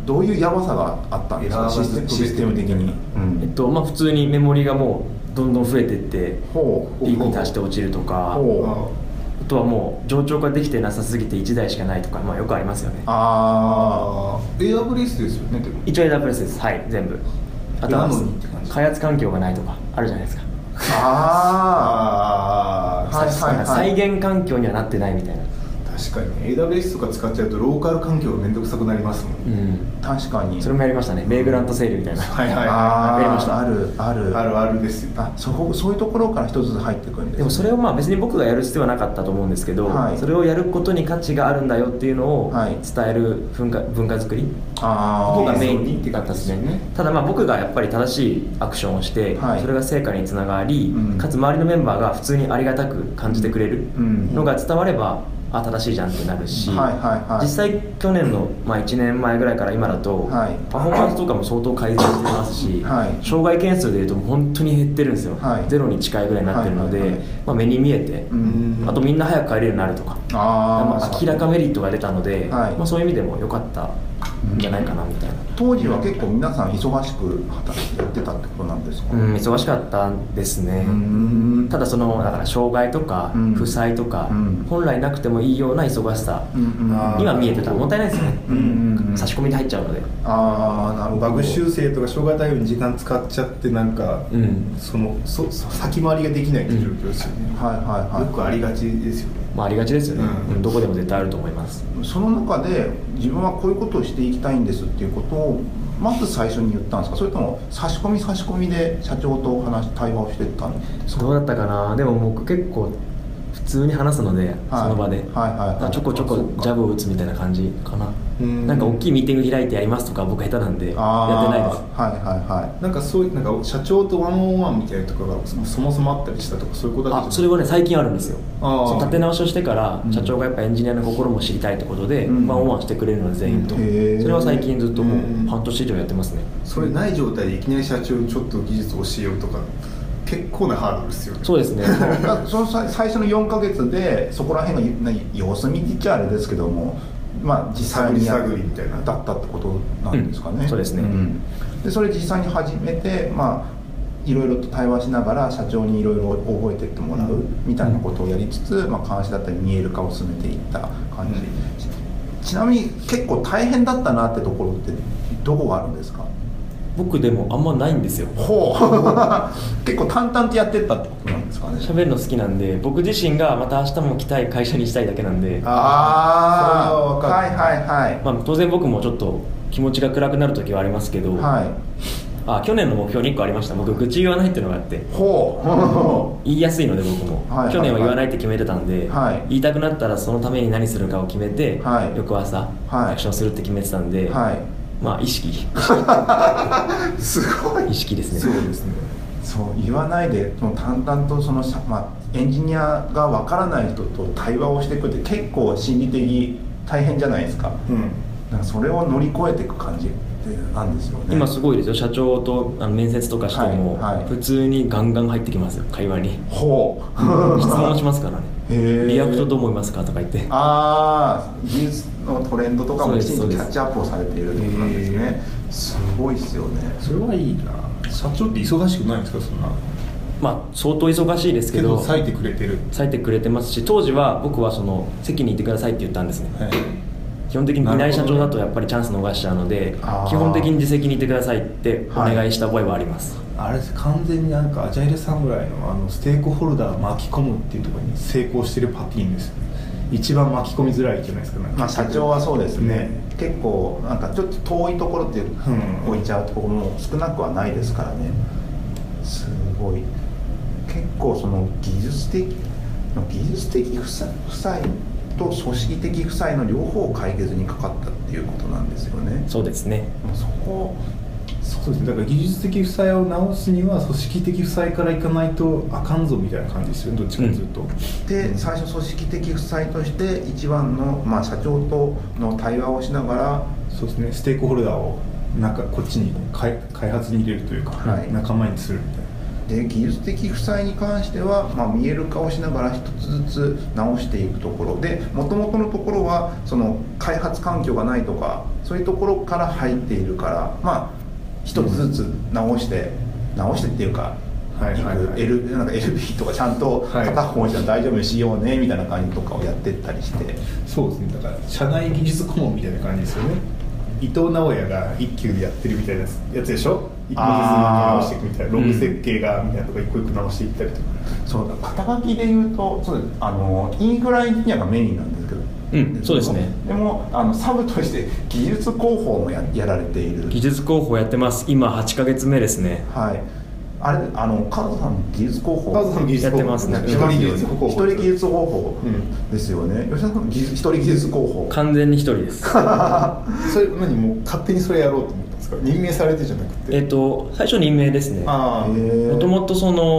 どういうやばさがあったんですか、システム的に。
普通にメモリがもうどんどん増えていってピークに達して落ちるとか、あとはもう冗長化できてなさすぎて1台しかないとか、よくありますよね。
AWS ですよね。でも
一応 AWS です。はい、全部。あとは開発環境がないとかあるじゃないですか。再現環境にはなってないみたいな。
確かに AWS とか使っちゃうとローカル環境がめんどくさくなりますもん。
確かに
それもやりましたね。メイグラントセールみたいな。
や
りました。
あるですよ。
そういうところから一つずつ入ってくるんです。
でもそれを別に僕がやる必要はなかったと思うんですけど、それをやることに価値があるんだよっていうのを伝える文化作り、ここがメインだったですね。ただ僕がやっぱり正しいアクションをして、それが成果につながり、かつ周りのメンバーが普通にありがたく感じてくれるのが伝われば、正しいじゃんってなるし、実際去年の、1年前ぐらいから今だと、パフォーマンスとかも相当改善してますし、障害件数でいうと本当に減ってるんですよ、ゼロに近いぐらいになってるので、目に見えて、あとみんな早く帰れるようになるとか、明らかメリットが出たので、そういう意味でも良かったんじゃないかなみたいな。
当時は結構皆さん忙しくやってたってことなんですか？
忙しかったんですね。ただだから障害とか負債とか、本来なくてもいいような忙しさには見えてた。もったいないですよね、差し込みで入っちゃうので。
なるほど。バグ修正とか障害対応に時間使っちゃって先回りができないっていう状況ですよね。よくありがちですよね。
ありがちですよね、どこでも絶対あると思います。
その中で自分はこういうことをしていきたいんですっていうことをまず最初に言ったんですか、それとも差し込みで社長と対話をしていったんですか？
どうだったかな。でも僕結構普通に話すので、その場でちょこちょこジャブを打つみたいな感じかな。なんか大きいミーティング開いてやりますとか僕下手なんでやってないです。
なんかそういうなんか社長とワンオンワンみたいなところがそもそもあったりしたとか、そういうことだったんですか？
それはね最近あるんですよ。立て直しをしてから社長がやっぱエンジニアの心も知りたいってことで、ワンオンワンしてくれるので全員と、それは最近ずっともう半年以上やってますね。
それない状態でいきなり社長にちょっと技術を教えようとか結構なハードルですよね。
そうですね
その最初の4ヶ月でそこら辺が様子見って言っちゃあれですけども、実際に
探りみたいな
だったってことなんですかね。
そうですね、
でそれ実際に始めて、いろいろと対話しながら社長にいろいろ覚えていってもらうみたいなことをやりつつ、監視だったり見える化を進めていった感じ、ちなみに結構大変だったなってところってどこがあるんですか？
僕でもあんまないんですよ。
結構淡々とやってったってことなんですかね。
喋るの好きなんで、僕自身がまた明日も来たい会社にしたいだけなんで。当然僕もちょっと気持ちが暗くなる時はありますけど、去年の目標に1個ありました。僕愚痴言わないっていうのがあって、言いやすいので僕も、去年は言わないって決めてたんで、言いたくなったらそのために何するかを決めて、翌朝アクションするって決めてたんで、意識
すごい
意識ですね。
そうですね。
そう言わないでもう淡々とエンジニアがわからない人と対話をしていくって結構心理的大変じゃないですか。だからそれを乗り越えていく感じなんですよね。
今すごいですよ。社長と面接とかしても、普通にガンガン入ってきますよ、会話に。質問しますからね。リアクトどう思いますかとか言って。
技術のトレンドとかもきちんとキャッチアップをされているということなんですね。すごいですよね。
それはいいな。社長って忙しくないんですか？そんな
相当忙しいですけど
割いてくれてる。
割いてくれてますし、当時は僕は席にいてくださいって言ったんですね。基本的にいない社長だとやっぱりチャンス逃しちゃうので、基本的に自責にいてくださいってお願いした覚えはあります。
あれです、完全にアジャイル侍のステークホルダー巻き込むっていうところに成功してるパティーンですよね。一番巻き込みづらいじゃないですか。
社長はそうですね、結構ちょっと遠いところって置いちゃうところも少なくはないですからね。すごい結構技術的負債と組織的負債の両方を解決にかかったっていうことなんですよね。
そうですね。
そうですね。だから技術的負債を直すには組織的負債からいかないとあかんぞみたいな感じですよね。どっちかというと。
で最初組織的負債として一番の社長との対話をしながら、
そうですね。ステークホルダーをこっちに開発に入れるというか、仲間にするみたいな。
で技術的負債に関しては、見える化をしながら一つずつ直していくところで、もともとのところはその開発環境がないとかそういうところから入っているから、一つずつ直してっていうか、なんか LB とかちゃんと片方じゃ大丈夫にしようねみたいな感じとかをやってったりして、
そうですね、だから社内技術顧問みたいな感じですよね。伊藤直哉が一級でやってるみたいなやつでしょ。一個ずつ直していくみたいな、ログ設計がみたいなとこ一個一個直していったりとか、
そうだ、肩書きで言うとインフラエンジニアがメインなんですけど、
そうですね。
でもサブとして技術広報も やられている。
技術広報やってます。今8ヶ月目ですね。
はい。あれカズさん技術広報
やってますね。
一人技術広報ですよね。吉田さん一人技術広報。
完全に一人です。
それ何もう勝手にそれやろうと思ったんですか。任命されてじゃなくて。
最初任命ですね。もともと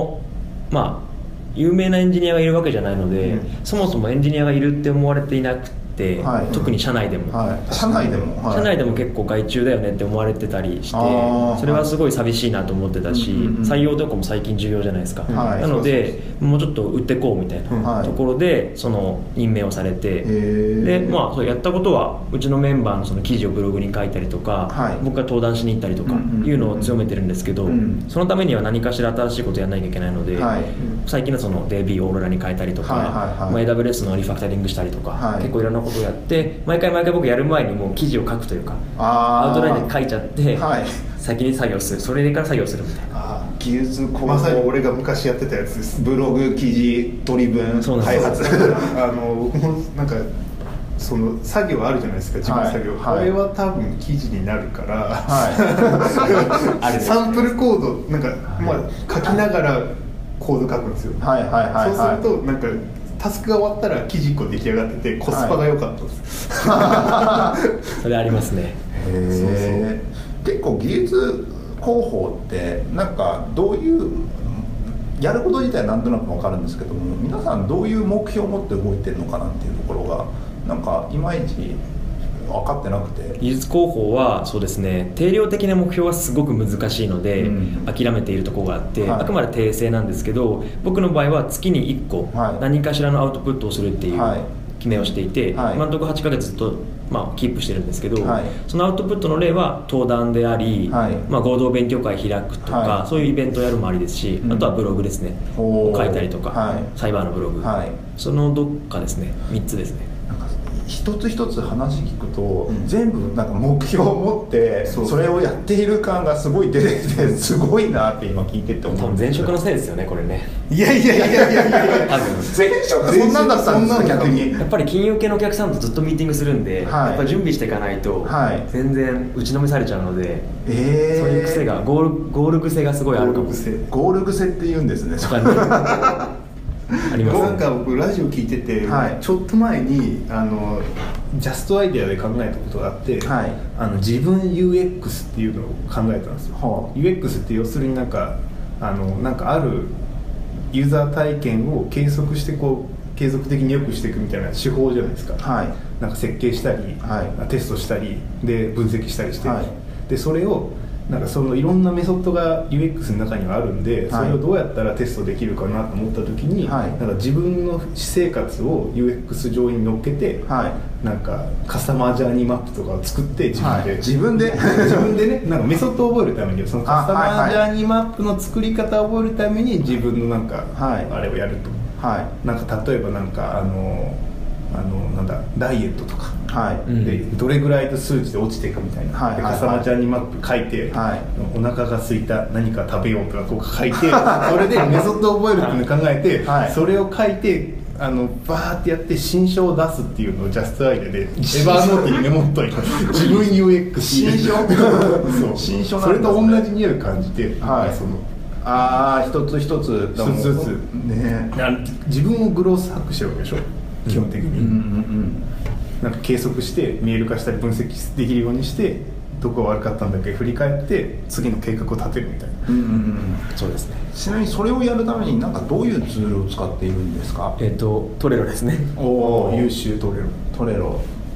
有名なエンジニアがいるわけじゃないので、そもそもエンジニアがいるって思われていなくて、特に社内でも、
社内でも
結構外注だよねって思われてたりして、それはすごい寂しいなと思ってたし、採用とかも最近重要じゃないですか。なのでもうちょっと売ってこうみたいなところでその任命をされて、でそうやったことはうちのメンバーのその記事をブログに書いたりとか、僕が登壇しに行ったりとかいうのを強めてるんですけど、そのためには何かしら新しいことやらなきゃいけないので、最近のその DB オーロラに変えたりとか、AWS のリファクタリングしたりとか、結構いろんなことをやって、毎回僕やる前にもう記事を書くというか、アウトラインで書いちゃって、先に作業する、それから作業するみたいな。
技術広報、
まさに俺が昔やってたやつです。
ブログ記事取り分開発
なんかその作業あるじゃないですか、自分作業、これは多分記事になるから、サンプルコードなんか、書きながらコード書くんですよ。そうするとなんかタスクが終わったら記事1個出来上がっててコスパが良かったです、
それありますね。
結構技術広報ってなんかどういうやること自体はなんとなく分かるんですけども、皆さんどういう目標を持って動いてるのかなっていうところがなんかいまいち分かってなくて。
技術広報はそうですね、定量的な目標はすごく難しいので、諦めているところがあって、あくまで訂正なんですけど、僕の場合は月に1個何かしらのアウトプットをするっていう決めをしていて、今のところ8ヶ月ずっとキープしてるんですけど、そのアウトプットの例は登壇であり、合同勉強会開くとか、そういうイベントをやるもありですし、あとはブログですね、を書いたりとか、サイバーのブログ、そのどっかですね、3つですね。
一つ一つ話聞くと、全部なんか目標を持ってそれをやっている感がすごい出てきて、すごいなって今聞いてて思う。
多分前職のせいですよね、これね。
いや多分
前職そんなんだったんですか。逆に
やっぱり金融系のお客さんとずっとミーティングするんで、やっぱり準備していかないと全然打ちのめされちゃうので、そういう癖がゴール癖がすごいあるかも。
ゴール癖って言うんですね。
ありますね。
なんか僕ラジオ聞いてて、ちょっと前にジャストアイデアで考えたことがあって、自分 UX っていうのを考えたんですよ。UX って要するになんかあるユーザー体験を計測して継続的に良くしていくみたいな手法じゃないですか。なんか設計したり、テストしたりで分析したりして、でそれをなんかそのいろんなメソッドが UX の中にはあるんで、それをどうやったらテストできるかなと思った時に、なんか自分の私生活を UX 上に乗っけて、なんかカスタマージャーニーマップとかを作って自分でね、なんかメソッドを覚えるために、そのカスタマージャーニーマップの作り方を覚えるために自分のなんかあれをやると、なんか例えばなんかなんだダイエットとか、でどれぐらいの数値で落ちていくみたいな、でカスタマージャーニーマップ書いて、お腹が空いた何か食べようとかこう書いて、それでメソッドを覚えるっていうのを考えて、それを書いてバーってやって新書を出すっていうのをジャストアイデアでエヴァーノートにメモっといて自分 UX
新書
新書それと同じ匂い感じて、
一つ一つ
ね、自分をグロースハックしてるわけでしょ、基本的に。なんか計測して見える化したり分析できるようにして、どこが悪かったんだっけ振り返って次の計画を立てるみたいな。
そうですね。
ちなみにそれをやるためになんかどういうツールを使っているんですか。
トレロですね。
優秀。トレロ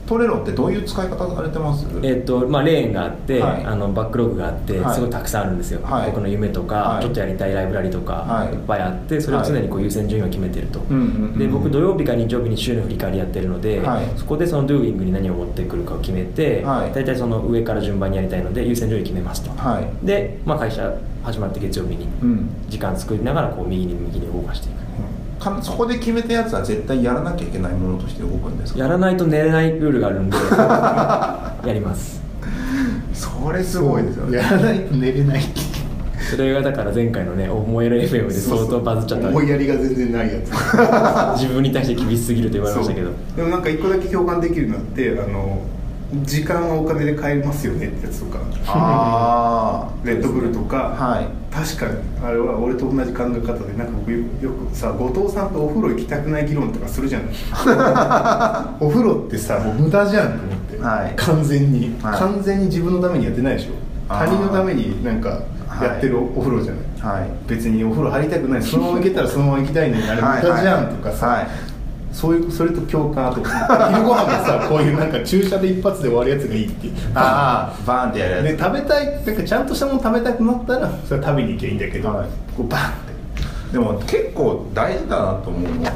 トレロってどういう使い方されてます？
レーンがあって、バックログがあって、すごいたくさんあるんですよ、僕の夢とか、ちょっとやりたいライブラリとか、いっぱいあって、それを常にこう優先順位を決めてると、で僕土曜日か日曜日に週の振り返りやってるので、そこでその Doing に何を持ってくるかを決めて、大体その上から順番にやりたいので優先順位決めますと、で、会社始まって月曜日に時間作りながらこう右に動かしていく、
そこで決めたやつは絶対やらなきゃいけないものとして動くんですか？
やらないと寝れないルールがあるんでやります。
それすごいですよね。
やらないと寝れない
それがだから前回のね思いやり FM で相当バズっちゃった
思いやりが全然ないやつ
自分に対して厳しすぎると言われましたけど、
でもなんか一個だけ共感できるのって時間はお金で買えますよねってやつとかレッドブルとか、確かにあれは俺と同じ考え方で、なんか僕よくさ後藤さんとお風呂行きたくない議論とかするじゃないお風呂ってさもう無駄じゃんと思って、完全に自分のためにやってないでしょ、他人のためになんかやってるお風呂じゃない、別にお風呂入りたくない、そのまま行けたらそのまま行きたいのにあれ無駄じゃんとかさ、それと共感とか昼ご飯がさこういうなんか注射で一発で終わるやつがいいっていう
バーンってやるやつ
で、食べたいなんかちゃんとしたもの食べたくなったらそれは食べに行けばいいんだけど、こうバーンって
でも結構大事だなと思うのは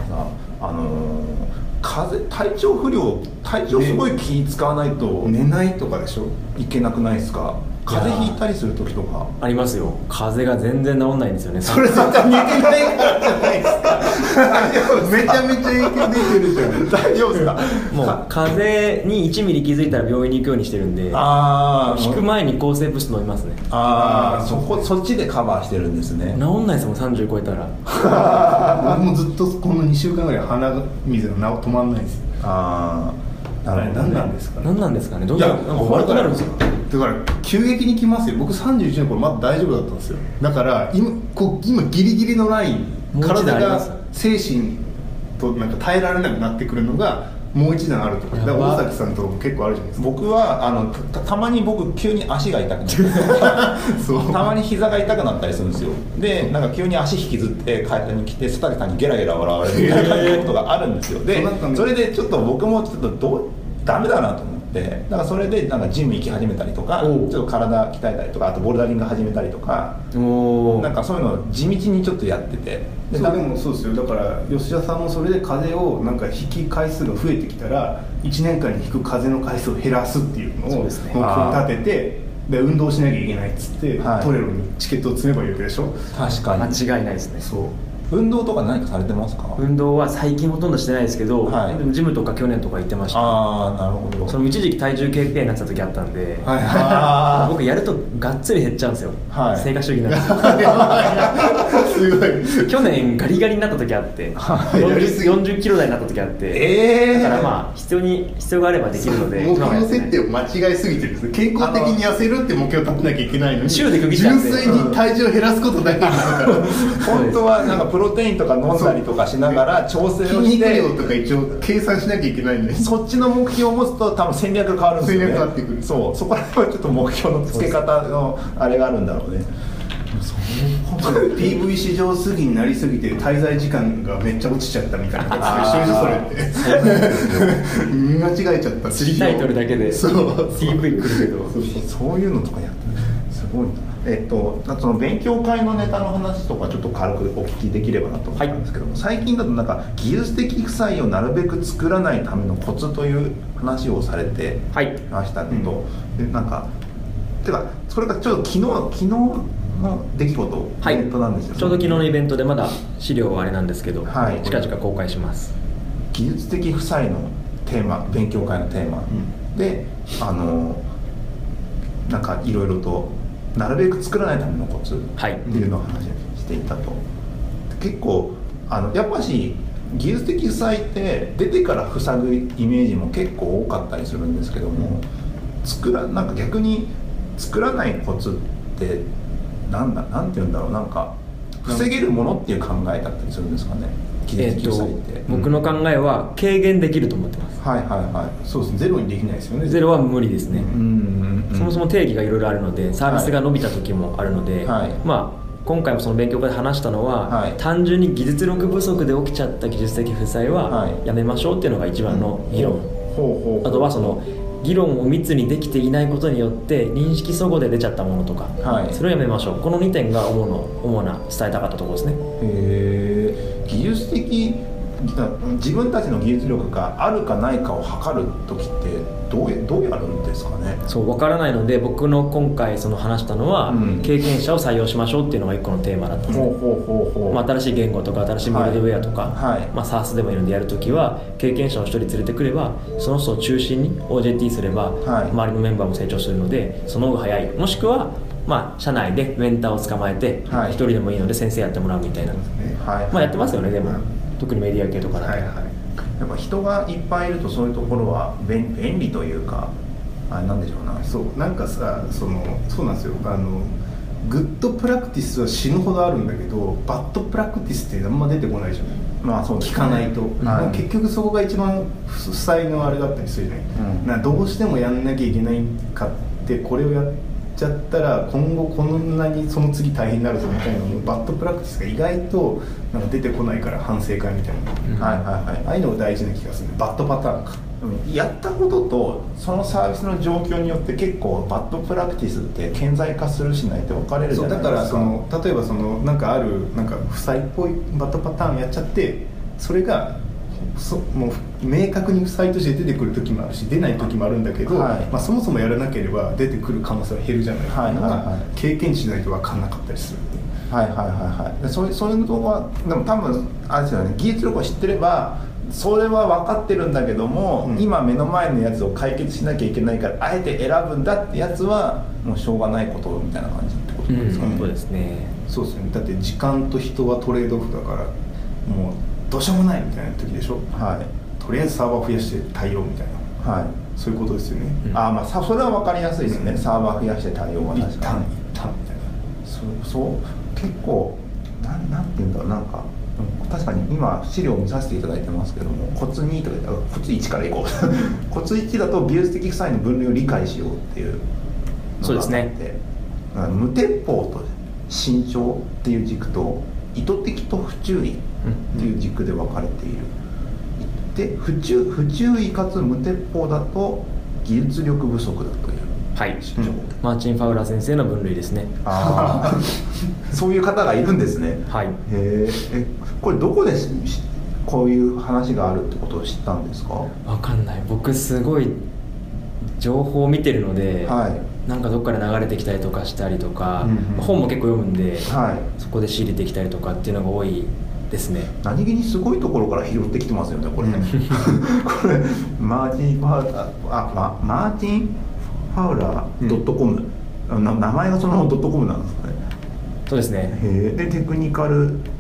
さ、体調不良、体調すごい気使わないと
寝ないとかでしょ、
いけなくないですか？風邪ひいたりする時とか
ありますよ。風邪が全然治んないんですよね。
それ絶対寝てないからじゃないですかめちゃめちゃ影響出てるじゃん
大丈夫ですか？
もう風邪に1ミリ気づいたら病院に行くようにしてるんで、引く前に抗生物質飲みますね。
そっちでカバーしてるんですね。
治んないですもん、30超えたら
僕もずっとこの2週間ぐらい鼻水が止まんないですよ。何なんですかね。
何なんですかね。どんどん悪くなるんですよ。
だから急激に来ますよ。僕31の頃まだ大丈夫だったんですよ。だから今ギリギリのライン、体が精神となんか耐えられなくなってくるのがもう一段あるとか。だから大崎さんと結構あるじゃないですか。
僕はたまに僕急に足が痛くなるそうたまに膝が痛くなったりするんですよ。でなんか急に足引きずって会社に来て佐竹さんにゲラゲラ笑われるみたいな感じのことがあるんですよ。でそれでちょっと僕もちょっとダメだなと思って、だからそれでなんかジム行き始めたりとか、ちょっと体鍛えたりとか、あとボルダリング始めたりとか、なんかそういうのを地道にちょっとやってて、
でもそうですよ。だから吉田さんもそれで風邪をなんか引き回数が増えてきたら1年間に引く風邪の回数を減らすっていうのを目標に立てて、で運動しなきゃいけないっつって、トレロにチケットを積めばいいわけでしょ。
確かに
間違いないですね。
そう
運動とか何かされてますか？
運動は最近ほとんどしてないですけど、でもジムとか去年とか行ってました。
なるほど。
その一時期体重計ペンになってた時あったんで、僕やるとがっつり減っちゃうんですよ。成果主義なんですよすごい去年ガリガリになった時あって、40キロ台になった時あって、だからまあ必要があればできるので、
目標設定を間違いすぎてるんです。健康的に痩せるって目標を立てなきゃいけないのに、
週で区切っちゃって
純粋に体重を減らすことだけだから
本当はなんかプロテインとか飲んだりとかしながら調整をして、
筋肉量とか一応計算しなきゃいけないんで、
そっちの目標を持つと多分戦略が変わるんですよね。
戦略変わってくる。
そこら辺はちょっと目標の付け方のあれがあるんだろうね。
PV 市場過ぎになりすぎて滞在時間がめっちゃ落ちちゃったみたいなやつでしょ、それって見間違えちゃった。
釣りタイトルだけで PV 来るけど、
そういうのとかやってる。すごいな。その勉強会のネタの話とかちょっと軽くお聞きできればなと思ったんですけども、最近だとなんか技術的負債をなるべく作らないためのコツという話をされてましたけど、でなんかてかそれがちょっと昨日の出来事、イベントなんですよね。
ちょうど昨日のイベントでまだ資料はあれなんですけど、近々公開します。
技術的負債のテーマ、勉強会のテーマ、でなんかいろいろとなるべく作らないためのコツっていうのを話していたと。結構やっぱし技術的負債って出てから塞ぐイメージも結構多かったりするんですけども、なんか逆に作らないコツってなんて言うんだろう、なんか防げるものっていう考えだったりするんですかね。
僕の考えは軽減できると思ってます。
そうですね。ゼロにできないですよね。
ゼロは無理ですね。そもそも定義がいろいろあるので、サービスが伸びた時もあるので、まあ今回もその勉強会で話したのは、単純に技術力不足で起きちゃった技術的負債はやめましょうっていうのが一番の議論あとはその議論を密にできていないことによって認識齟齬で出ちゃったものとか、それをやめましょう。この2点が主な伝えたかったところですね。
技術的、自分たちの技術力があるかないかを測るときってどうやるんですかね。
そう分からないので、僕の今回その話したのは、経験者を採用しましょうっていうのが一個のテーマだったんですね。新しい言語とか新しいビルドウェアとか、SaaS でもいいのでやるときは経験者を一人連れてくれば、その人を中心に OJT すれば、周りのメンバーも成長するのでその方が早い。もしくは社内でメンターを捕まえて一人でもいいので先生やってもらうみたいな、やってますよね。でも特にメディア系とかだと、
やっぱ人がいっぱいいるとそういうところは便利というか、なんでしょうな。
そうなんかさ、そうなんですよ。グッドプラクティスは死ぬほどあるんだけど、バッドプラクティスってあんま出てこないじゃない。
そうですね、
聞かないと、結局そこが一番負債のあれだったりするじゃない、どうしてもやんなきゃいけないかって、これをやっちゃったら今後こんなにその次大変になるぞみたいなのバッドプラクティスが意外となんか出てこないから、反省会みたいな、ああいうのが大事な気がするね。バッドパターンか、
やったこととそのサービスの状況によって結構バッドプラクティスって顕在化するしないって分かれるじゃないですか。
だから例えばなんかあるなんか負債っぽいバッドパターンやっちゃって、それがもう明確に負債として出てくる時もあるし、出ない時もあるんだけど、そもそもやらなければ出てくる可能性は減るじゃないか、経験しないと分かんなかったりするっていう。
そういうのはでも多分あれですよね、技術力を知ってればそれは分かってるんだけども、今目の前のやつを解決しなきゃいけないからあえて選ぶんだってやつはもうしょうがないことみたいな感じってことですかね。
そうですね。
そうですね。だって時間と人はトレードオフだから、もうどうしようもないみたいな時でしょ。とりあえずサーバー増やして対応みたいな、そういうことですよね。
それは分かりやすいですね。サーバー増やして対応は確かに
一旦みたいな。
そう結構なんていうんだろう、なんか確かに今資料を見させていただいてますけども、コツ2とかコツ1からいこうコツ1だと技術的負債の分類を理解しようっていうのがあって、無鉄砲と慎重っていう軸と意図的と不注意っていう軸で分かれている。で不注意かつ無鉄砲だと技術力不足だという、
マーチン・ファウラー先生の分類ですね。
そういう方がいるんですね。これどこでこういう話があるってことを知ったんですか？
分かんない。僕すごい情報を見てるので、なんかどっかで流れてきたりとかしたりとか、本も結構読むんで、そこで仕入れてきたりとかっていうのが多いですね。
何気にすごいところから拾ってきてますよね、これね。これマーティン・ファウラー .com、名前がそのまま .com なんですかね。
そうですね。
でテクニカルで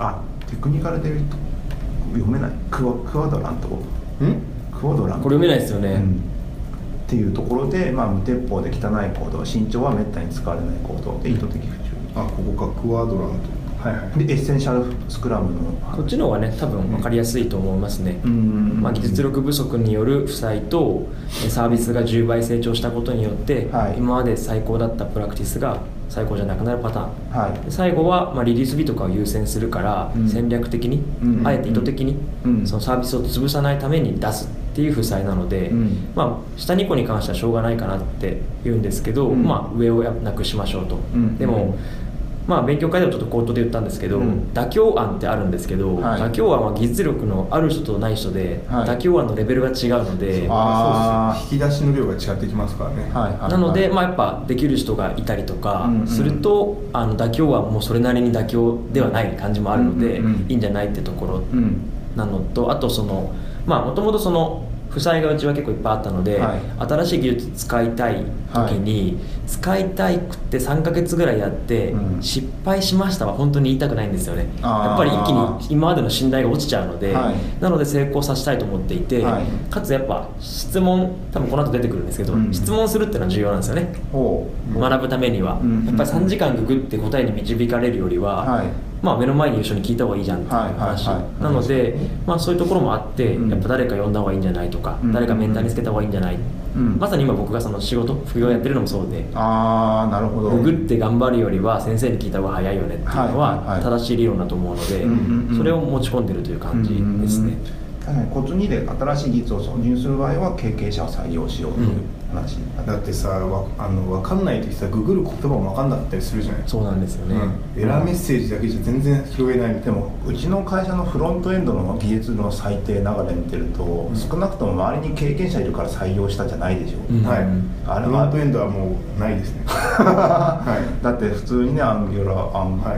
読めない、クワドラント、クワドラント、
これ読めないですよね。
っていうところで、無鉄砲で汚いコード、慎重はめったに使われないコードで意図的不注意。
ここか、クワドラント。
でエッセンシャルスクラムの
こっちの方がね多分分かりやすいと思いますね。技術力不足による負債とサービスが10倍成長したことによって、今まで最高だったプラクティスが最高じゃなくなるパターン、最後は、リリース日とかを優先するから、戦略的に、あえて意図的に、そのサービスを潰さないために出すっていう負債なので、下2個に関してはしょうがないかなって言うんですけど、上をなくしましょうと。でも勉強会でもちょっと口頭で言ったんですけど、妥協案ってあるんですけど、妥協案は技術力のある人とない人で、妥協案のレベルが違うので、
引き出しの量が違ってきますからね。
なので、やっぱできる人がいたりとかすると、妥協案もそれなりに妥協ではない感じもあるので、いいんじゃないってところなのと、あともともとその負債がうちは結構いっぱいあったので、新しい技術使いたい時に、使いたいくって3ヶ月ぐらいやって、失敗しましたは本当に言いたくないんですよね。やっぱり一気に今までの信頼が落ちちゃうので、なので成功させたいと思っていて、かつやっぱ質問、多分この後出てくるんですけど、質問するっていうのは重要なんですよね。学ぶためには、やっぱり3時間ググって答えに導かれるよりは、目の前にいる人に聞いた方がいいじゃんっていう話なので、そういうところもあって、やっぱ誰か呼んだ方がいいんじゃないとか、誰かメンターにつけた方がいいんじゃない、まさに今僕がその仕事副業やってるのもそうで、
なるほど、
ググって頑張るよりは先生に聞いた方が早いよねっていうのは正しい理論だと思うので、それを持ち込んでるという感じですね。
骨2で新しい技術を挿入する場合は経験者を採用しようという話、
だってさ分かんない時さググる言葉も分かんなかったりするじゃない。
そうなんですよね、
エラーメッセージだけじゃ全然拾えないみたいな。
でもうちの会社のフロントエンドの技術の最低流れ見てると、少なくとも周りに経験者いるから採用したじゃないでしょう、
はい、フロントエンドはもうないですね
はい、だって普通にねアンギュラ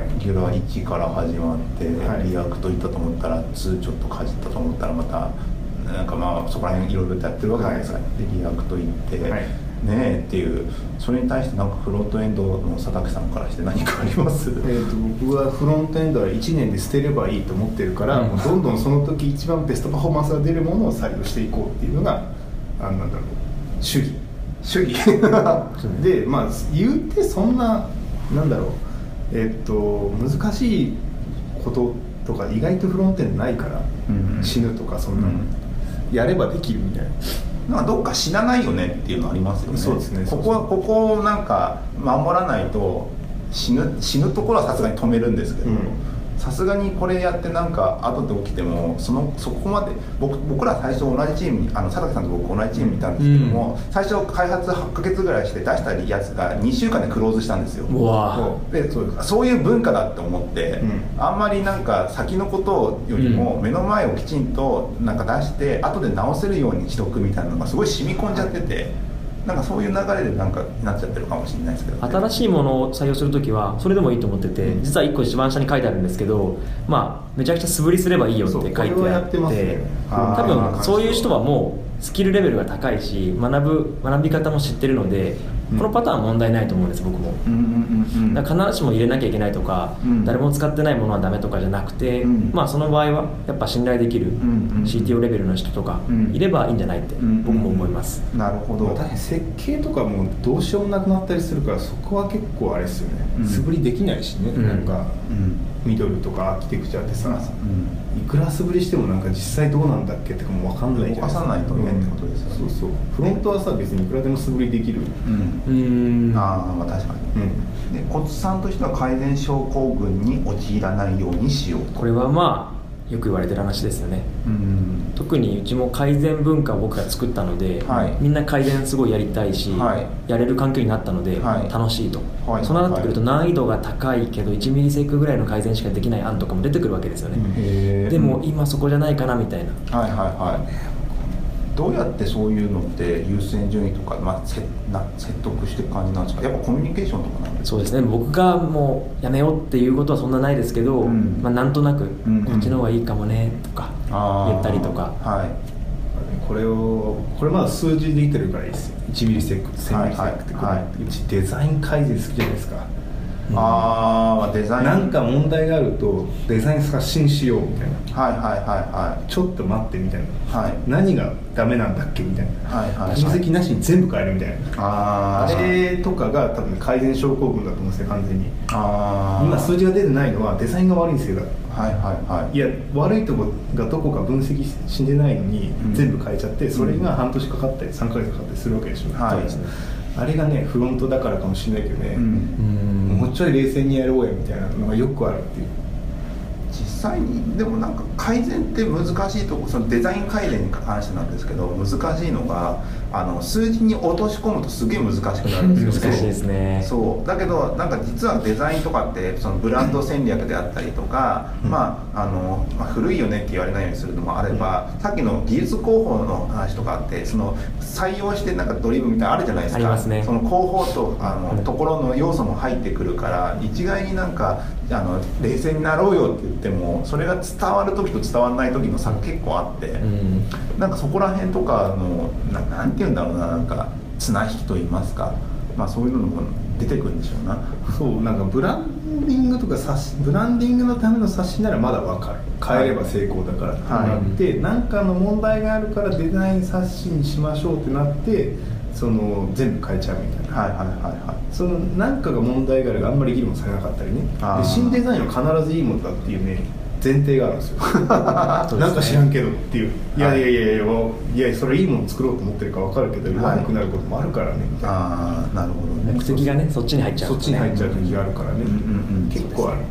1から始まって、リアクトいったと思ったら2ちょっとかじったと思ったらまたなんかまあそこら辺いろいろとやってるわけじゃないですか、でリアクト行って、ねえっていう、それに対してなんかフロントエンドの佐竹さんからして何かあります？
僕はフロントエンドは1年で捨てればいいと思ってるから、もうどんどんその時一番ベストパフォーマンスが出るものを採用していこうっていうのがなんだろう、主義で、まあ言うてそんななんだろう、難しいこととか意外とフロントエンドないから、死ぬとかそんなの、やればできるみたいな。
なんかどっか死なないよねっていうのありますよね。
そうですね。
ここをなんか守らないと死ぬところはさすがに止めるんですけど、さすがにこれやってなんか後で起きてもそこまで僕ら最初同じチームに佐竹さんと僕同じチームにいたんですけども、最初開発8ヶ月ぐらいして出したやつが2週間でクローズしたんですよ。でそういう文化だって思って、あんまりなんか先のことよりも目の前をきちんとなんか出して後で直せるようにしとくみたいなのがすごい染み込んじゃってて。なんかそういう流れでなんかなっちゃってるかもしれないですけど、ね、
新しいものを採用するときはそれでもいいと思ってて、実は1個一番下に書いてあるんですけど、まあめちゃくちゃ素振りすればいいよって書いてあって、多分そういう人はもうスキルレベルが高いし学び方も知ってるので、このパターンは問題ないと思うんです僕も。だから必ずしも入れなきゃいけないとか、誰も使ってないものはダメとかじゃなくて、まあその場合はやっぱ信頼できる CTO レベルの人とかいればいいんじゃないって僕も思います。
なるほど。
大変設計とかもどうしようもなくなったりするから、そこは結構あれですよね、素振りできないしね、なんか、ミドルとかアーキテクチャってさ、いくら素振りしてもなんか実際どうなんだっけってかもう分かんないじゃないですか。
動かさないとねってことですよね。
そうフロントはさ別にいくらでも素振りできる。
まあ確かに、でコツさんとしては改善症候群に陥らないようにしようと。
これはまあよく言われてる話ですよね。特にうちも改善文化を僕が作ったので、みんな改善すごいやりたいし、やれる環境になったので、楽しいと、そうなってくると難易度が高いけど1ミリセックぐらいの改善しかできない案とかも出てくるわけですよね。でも今そこじゃないかなみたいな。
どうやってそういうのって優先順位とか、説得していく感じなんですか。やっぱコミュニケーションとかなんですか。
そうですね、僕がもうやめようっていうことはそんなないですけど、なんとなく、こっちの方がいいかもねとか言ったりとか、
これまだ数字できてるからいいですよ。1ミリセックと1000ミリセックってうちデザイン改善好きじゃないですか。デザインなんか問題があるとデザイン刷新しようみたいな、ちょっと待ってみたいな、何がダメなんだっけみたいな、分析なしに全部変えるみたいな、あれとかが多分改善症候群だと思うんですよ完全に。今数字が出てないのはデザインが悪いんですよ。いや悪いとこがどこか分析しんでないのに全部変えちゃって、それが半年かかったり3ヶ月かかったりするわけでしょ。あれがねフロントだからかもしれないけどね、もうちょい冷静にやろうやみたいなのがよくあるっていう。
実際にでもなんか改善って難しいところ、そのデザイン改善に関してなんですけど、難しいのが数字に落とし込むとすげえ難しくなるんですよ。
難しいですね。
そうだけどなんか実はデザインとかってそのブランド戦略であったりとか、古いよねって言われないようにするのもあれば、さっきの技術広報の話とかあって、その採用してなんかドリブみたいなのあるじゃないですか。
ありますね。
その広報とところの要素も入ってくるから、一概になんか冷静になろうよって言ってもそれが伝わる時と伝わらない時の差が結構あって、なんかそこら辺とかのなんて言うんだろうな、なんか綱引きと言いますか、そういうのも出てくるんでしょうな。
そうなんかブランディングとかブランディングのための冊子ならまだ分かる、変えれば成功だからってなって、何かの問題があるからデザイン冊子にしましょうってなって全部変えちゃうみたいな、その何かが問題があるがあんまり議論されなかったりね。で新デザインは必ずいいものだっていうね前提があるんですよなんか知らんけどっていう、いやそれいいもの作ろうと思ってるか分かるけど悪くなることもあるからねみたいな。
なるほどね。
目的がねそっちに入っちゃう、
そっちに入っちゃう時があるからね、結構ある。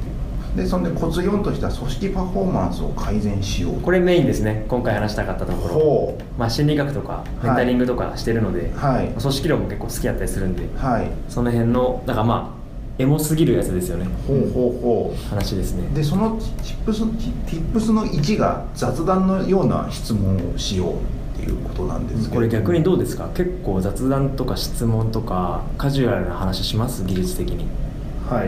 でそんでコツ4としては組織パフォーマンスを改善しよう。
これメインですね、今回話したかったところ。心理学とかメンタリングとかしてるので、
はい、
組織論も結構好きだったりするんで、
はい、
その辺のだからエモすぎるやつですよね。話ですね。
でそのTips の1が雑談のような質問をしようっていうことなんですけど、
これ逆にどうですか？結構雑談とか質問とかカジュアルな話します？技術的に。
はい、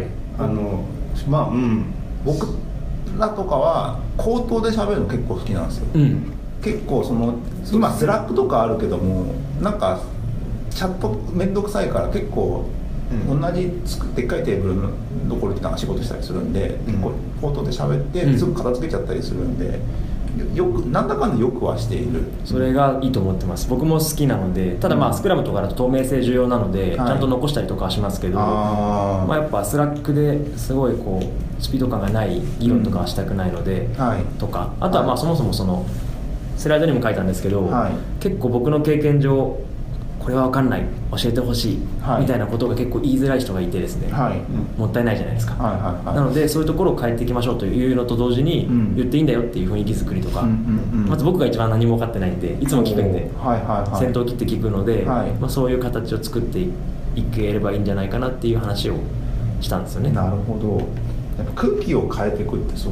僕らとかは口頭で喋るの結構好きなんですよ、結構今スラックとかあるけどもなんかチャットめんどくさいから結構同じでっかいテーブルのところでなんか仕事したりするんで、結構口頭で喋ってすぐ片付けちゃったりするんで、よくなんだかんだよくはしている。
それがいいと思ってます。僕も好きなので、ただスクラムとかだと透明性重要なので、ちゃんと残したりとかはしますけど、やっぱスラックですごいスピード感がない議論とかはしたくないので、とかあとはそもそもスライドにも書いたんですけど、結構僕の経験上これは分かんない、教えてほしい、みたいなことが結構言いづらい人がいてですね、もったいないじゃないですか、なのでそういうところを変えていきましょうというのと同時に、言っていいんだよっていう雰囲気作りとか、まず僕が一番何も分かってないんでいつも聞くんで、先頭切って聞くので、そういう形を作っていければいいんじゃないかなっていう話をしたんですよね。
なるほど。やっぱ空気を変えていくってす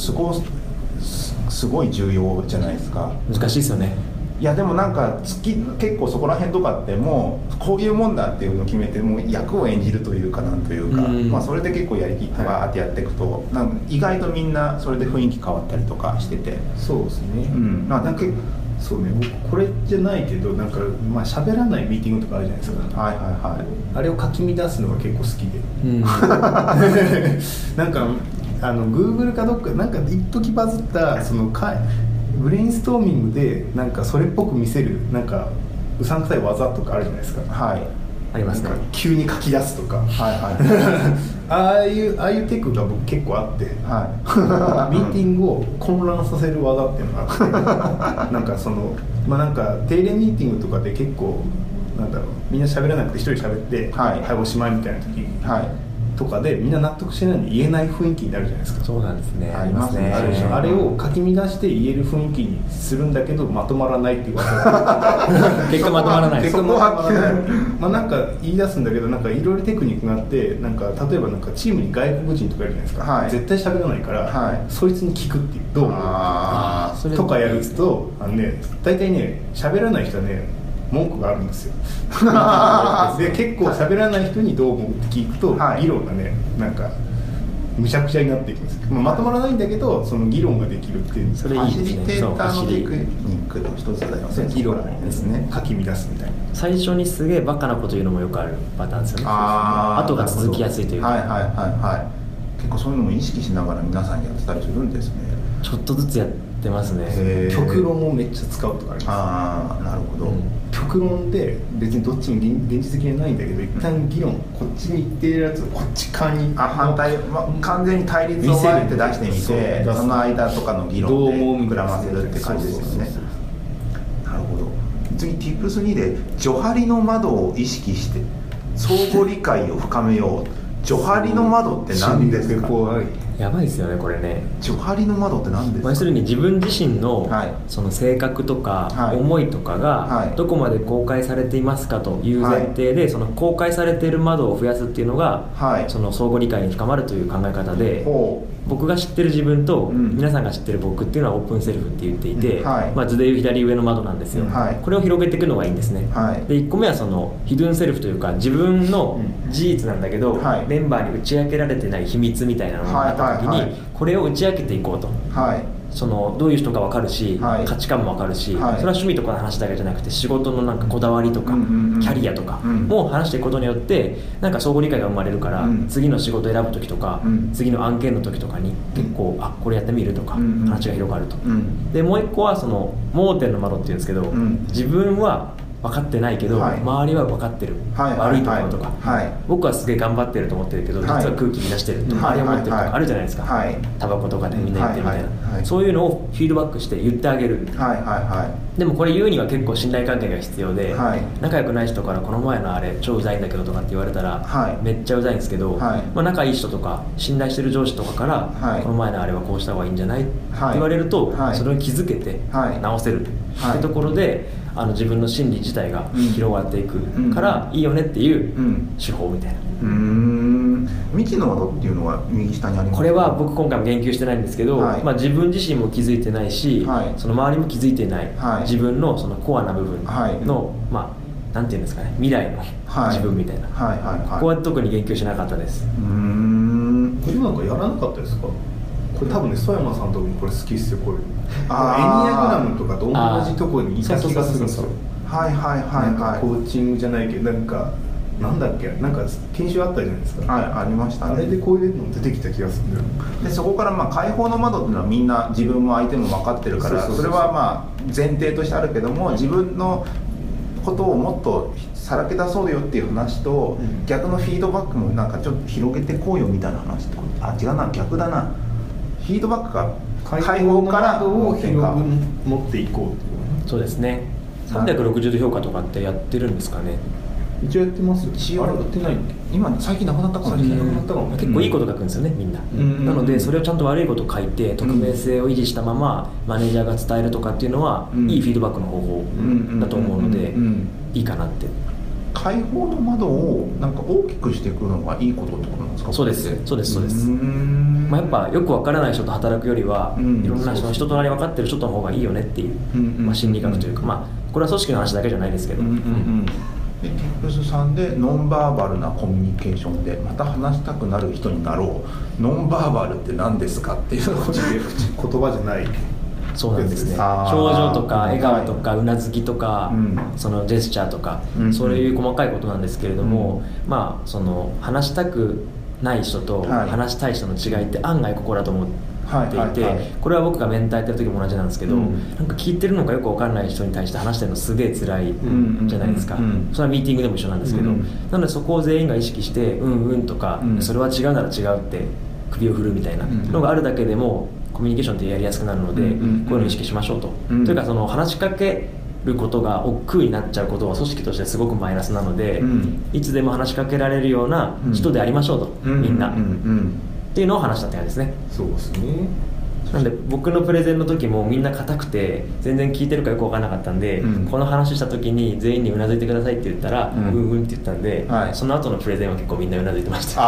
ごい重要じゃないですか。
難しいですよね。
いやでもなんか結構そこら辺とかってもうこういうもんだっていうのを決めてもう役を演じるというかなんというか、それで結構やりきってバーってやっていくと、なんか意外とみんなそれで雰囲気変わったりとかしてて。
そうですね、そうね、僕これじゃないけどなんか喋らないミーティングとかあるじゃないですか。あれをかき乱すのが結構好きで、なんかGoogle かどっかなんか一時バズったブレインストーミングでなんかそれっぽく見せるなんかうさんくさい技とかあるじゃないですか。
ありますね。
急に書き出すとか、ああいうテクが僕結構あって、ミーティングを混乱させる技っていうのがあってなんかなんか定例ミーティングとかで結構みんな喋らなくて一人喋ってはいおしまいみたいな時とかでみんな納得してないのに言えない雰囲気になるじゃないですか。
そうなんですね。ありますね。
あれをかき乱して言える雰囲気にするんだけどまとまらないっていう技
結果まとまらない。
結果まとまらないなんか言い出すんだけどなんかいろいろテクニックがあってなんか例えばなんかチームに外国人とかいるじゃないですか、絶対喋らないから、そいつに聞くっていうどう思うとかやると大体ね喋らない人はね文句があるんですよで結構喋らない人にどう思うって聞くと、議論がねなんかむちゃくちゃになっていきます、まとまらないんだけどその議論ができるっていう、
それいいですね。
ファシリテーターのテクニックの一つだよね。
議論ですね、書き乱すみたいな。
最初にすげえバカなこと言うのもよくあるパターンですよね。後が続きやすいというか、
結構そういうのも意識しながら皆さんやってたりするんですね。
ちょっとずつやってますね。
極論をめっちゃ使うとかあります。
なるほど、
極論で別にどっちも現実的じゃないんだけど一旦議論こっちに行っているやつをこっち側に
反対、完全に対立をあえて出してみてその間とかの議論で膨らませるって感じですよね。なるほど。次 Tips2 でジョハリの窓を意識して相互理解を深めよう。ジョハリの窓って何ですか？
やばいですよねこれね。
ジョハリの窓って何ですか？
要するに自分自身の、その性格とか、思いとかが、どこまで公開されていますかという前提で、その公開されている窓を増やすっていうのが、その相互理解に深まるという考え方で、僕が知ってる自分と、皆さんが知ってる僕っていうのはオープンセルフって言っていて、図でいう左上の窓なんですよ、これを広げていくのがいいんですね、で1個目はそのヒドゥンセルフというか自分の事実なんだけど、メンバーに打ち明けられてない秘密みたいなのがあった時に、これを打ち明けていこうと、そのどういう人か分かるし、価値観も分かるし、それは趣味とかの話だけじゃなくて仕事のなんかこだわりとか、キャリアとかも話していくことによってなんか相互理解が生まれるから、次の仕事選ぶ時とか、次の案件の時とかに結構これやってみるとか、話が広がると、でもう一個はその盲点の窓っていうんですけど、自分は分かってないけど、周りは分かってる、悪いところとか、僕はすげえ頑張ってると思ってるけど、実は空気に出してると周りは思ってるとかあるじゃないですか、タバコとかでみんな言ってるみたいな、そういうのをフィードバックして言ってあげる、でもこれ言うには結構信頼関係が必要で、仲良くない人からこの前のあれ超うざいんだけどとかって言われたら、めっちゃうざいんですけど、仲いい人とか信頼してる上司とかから、この前のあれはこうした方がいいんじゃないって言われると、それを気づけて直せるってところで、自分の心理自体が広がっていくからいいよねっていう手法みたいな。
未知の窓っていうのは右下にありますか？
これは僕今回も言及してないんですけど、自分自身も気づいてないし、その周りも気づいてない、自分のそのコアな部分の、なんていうんですかね、未来の自分みたいな、ここは特に言及しなかったです。
これなんかやらなかったですか？これ多分ね、曽山さんとこにこれ好きっすよ。これエニアグラムとかと同じところにいた気がするんですよ。コーチングじゃないけど、なんだっけ、なんか研修あったじゃないですか。
ありましたね。
あれでこういうの出てきた気がするんだよ。
でそこから解放の窓っていうのはみんな自分も相手も分かってるから、それは前提としてあるけども、自分のことをもっとさらけ出そうよっていう話と、逆のフィードバックもなんかちょっと広げてこうよみたいな話とか、違うな、逆だな、フィードバックが解放から
を広く持っていこうっていう。
そうですね。360度評価とかってやってるんですかね？
一応やってますよ。あれやってないっけ？
今最近なくなったかもしれない。
結構いいこと書くんですよね、みんな。なのでそれをちゃんと悪いことを書いて匿名性を維持したままマネージャーが伝えるとかっていうのは、いいフィードバックの方法だと思うので、いいかなって。
開放の窓をなんか大きくしていくのがいいことってことなんですか？
そうです。やっぱよく分からない人と働くよりは、いろんな人となり分かってる人の方がいいよねっていう、心理学というか、これは組織の話だけじゃないですけど。
でテックスさんでノンバーバルなコミュニケーションでまた話したくなる人になろう、ノンバーバルって何ですかっていう言
葉じゃない。
そうなんですね。表情とか笑顔とかうなずきとか、そのジェスチャーとか、そういう細かいことなんですけれども、その話したくない人と話したい人の違いって案外ここだと思っていて、これは僕がメンターやってる時も同じなんですけど、なんか聞いてるのかよく分からない人に対して話してるのすげえ辛いじゃないですか。それはミーティングでも一緒なんですけど、なのでそこを全員が意識してとか、それは違うなら違うって首を振るみたいなのがあるだけでもコミュニケーションってやりやすくなるので、こういうのを意識しましょうと。というかその話しかけることが億劫になっちゃうことは組織としてすごくマイナスなので、いつでも話しかけられるような人でありましょうと、みんなっていうのを話したって感じですね。
そうですね。
なんで僕のプレゼンの時もみんな硬くて全然聞いてるかよく分からなかったんで、この話した時に全員にうなずいてくださいって言ったらうんって言ったんで、その後のプレゼンは結構みんなうなずいてました。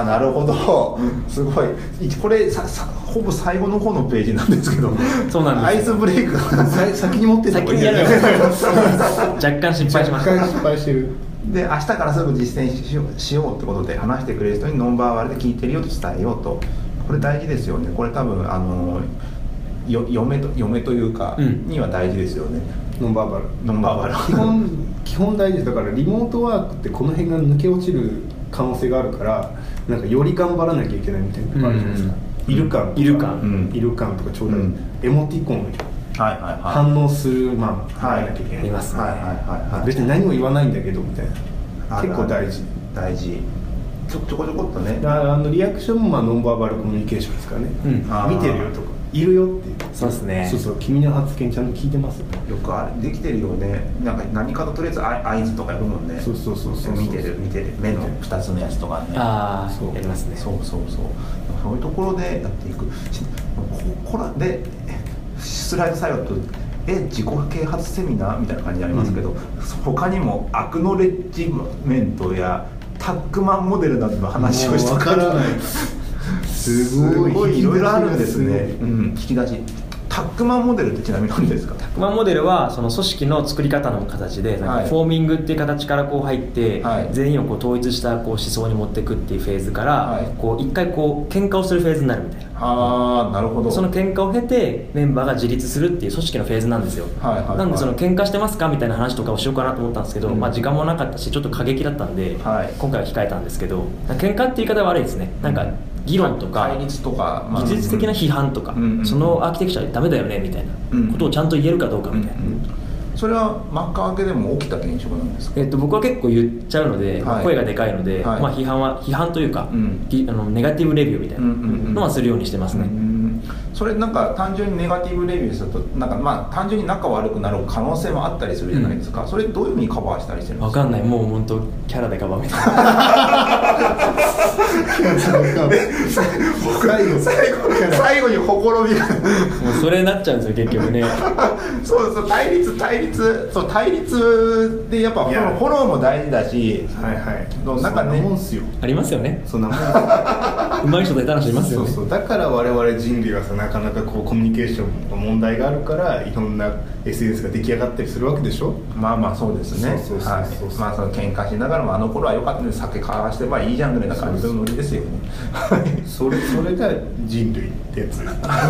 なるほど、すごい。これほぼ最後の方のページなんですけど、
そうなんです。
アイスブレイク
先に持ってた方がいいんじゃないですか。
若干失敗しました。
失敗してる。
で明日からすぐ実践しようってことで話してくれる人にノンバーバルで聞いてるよと伝えようと。これ大事ですよね。これ多分嫁というか、には大事ですよね。
ノンバーバル基本大事です。だからリモートワークってこの辺が抜け落ちる可能性があるから、なんかより頑張らなきゃいけないみたいなとこあるじゃないですか。いる感とかちょうだい、エモティコン反応するなきゃいけない。
いますね。
別に何も言わないんだけどみたいな。結構大事。
ちょこちょこっとね。
リアクションもノンバーバルコミュニケーションですからね。見てるよとかいるよっていう。
そうですね。
そう君の発言ちゃんと聞いてます。
よくあれできてるよね。なんか何かととりあえず合図とかやるもんね。
そう
見てる目の2つのやつとかね。
やりますね。
そういうところでやっていく。これでスライドサイドと自己啓発セミナーみたいな感じになりますけど、他にもアクノレッジメントやタックマンモデルなどの話をしてくれる。すごいいろいろあるんですね。引き出し。タックマンモデルってちなみに何ですか？
タックマンモデルはその組織の作り方の形で、なんかフォーミングっていう形からこう入って、全員をこう統一したこう思想に持っていくっていうフェーズから、こう一回こう喧嘩をするフェーズになるみたいな。
なるほど。
その喧嘩を経てメンバーが自立するっていう組織のフェーズなんですよ。なんでその喧嘩してますかみたいな話とかをしようかなと思ったんですけど、時間もなかったしちょっと過激だったんで、今回は控えたんですけど、喧嘩っていう言い方は悪いですね。なんか議論とか
対立とか、
技術的な批判とか、そのアーキテクチャダメだよねみたいなことをちゃんと言えるかどうかみたいな、
それはマッカー家でも起きた現象なんですか？
僕は結構言っちゃうので、声がでかいので、批判というか、ネガティブレビューみたいなのはするようにしてますね。
それなんか単純にネガティブレビューするとなんか単純に仲悪くなる可能性もあったりするじゃないですか、それどういうふうにカバーしたりしてるんですか？
分かんない、もう本当キャラでカバーみたい
な最後にほころびがも
うそれになっちゃうんですよ結局ね
そう対立でやっぱフォローも大事だし、なんかね
ありますよね、
そんなもん
上手い人と下手な人いますよね。
だから我々人類はさ、なかなかこうコミュニケーションの問題があるからいろんな SNS が出来上がったりするわけでしょ。
そうですね。その喧嘩しながらもあの頃は良かったので酒交わしてばいいじゃんぐらいな感じのノリですよね。
それが人類ってやつ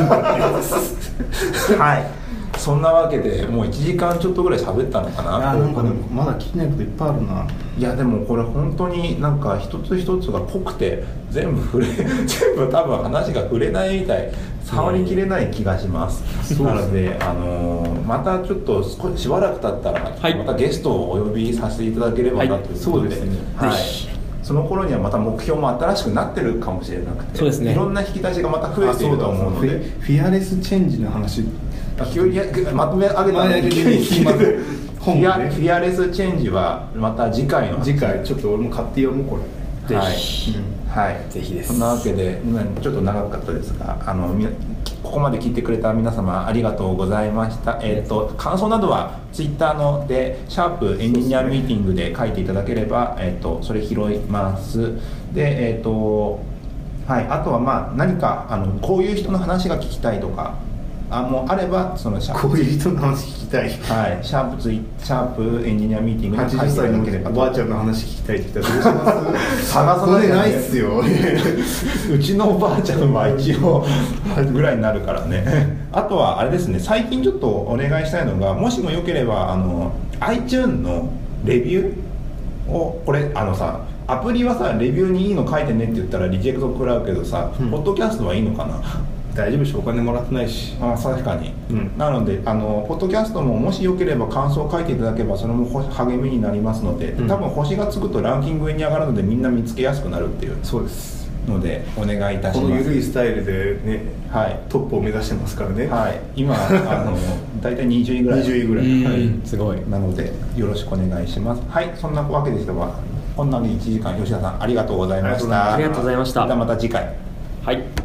はい、そんなわけでもう1時間ちょっとぐらい喋ったのかな。
なんかでもまだ聞きないこといっぱいあるな。
いやでもこれ本当になんか一つ一つが濃くて全部多分話が触れないみたい、触りきれない気がします。なのでまたちょっとしばらく経ったらまたゲストをお呼びさせていただければなということで、その頃にはまた目標も新しくなってるかもしれなくて、いろんな引き出しがまた増えていると思うので、
フィアレスチェンジの話
急にまとめ上げたのに急に聞いてる。フィアレスチェンジはまた次回ち
ょっと俺も買って読もうこれ。
はい、ぜひです。そんなわけでちょっと長かったですが、ここまで聞いてくれた皆様ありがとうございました。感想などはツイッターのでシャープエンジニアミーティングで書いていただければ、それ拾います。であとは何かこういう人の話が聞きたいとかもうあればその
こういう人の話聞きたい、
シャープエンジニアミーティングで書いていただければ。
おばあちゃんの話聞きたいって言ったらどうします
探さ
ないっすよ
うちのおばあちゃんは一応ぐらいになるからね。あとはあれですね、最近ちょっとお願いしたいのが、もしもよければiTunes のレビューをこれアプリはさレビューにいいの書いてねって言ったらリジェクト食らうけどさ、ポッドキャストはいいのかな？
大丈夫でしょ、お金もらってないし。
確かに、なのでポッドキャストももしよければ感想を書いていただければそれも励みになりますので、多分星がつくとランキング上に上がるのでみんな見つけやすくなるっていう。
そうです
のでお願いいたします。
この緩いスタイルでね、トップを目指してますからね。
今大体20位ぐらい。
20位ぐらい、
すごい。
なのでよろしくお願いします。そんなわけでしたが、こんなに1時間吉田さんありがとうございました。
ありがとうございました。
また次回。
はい。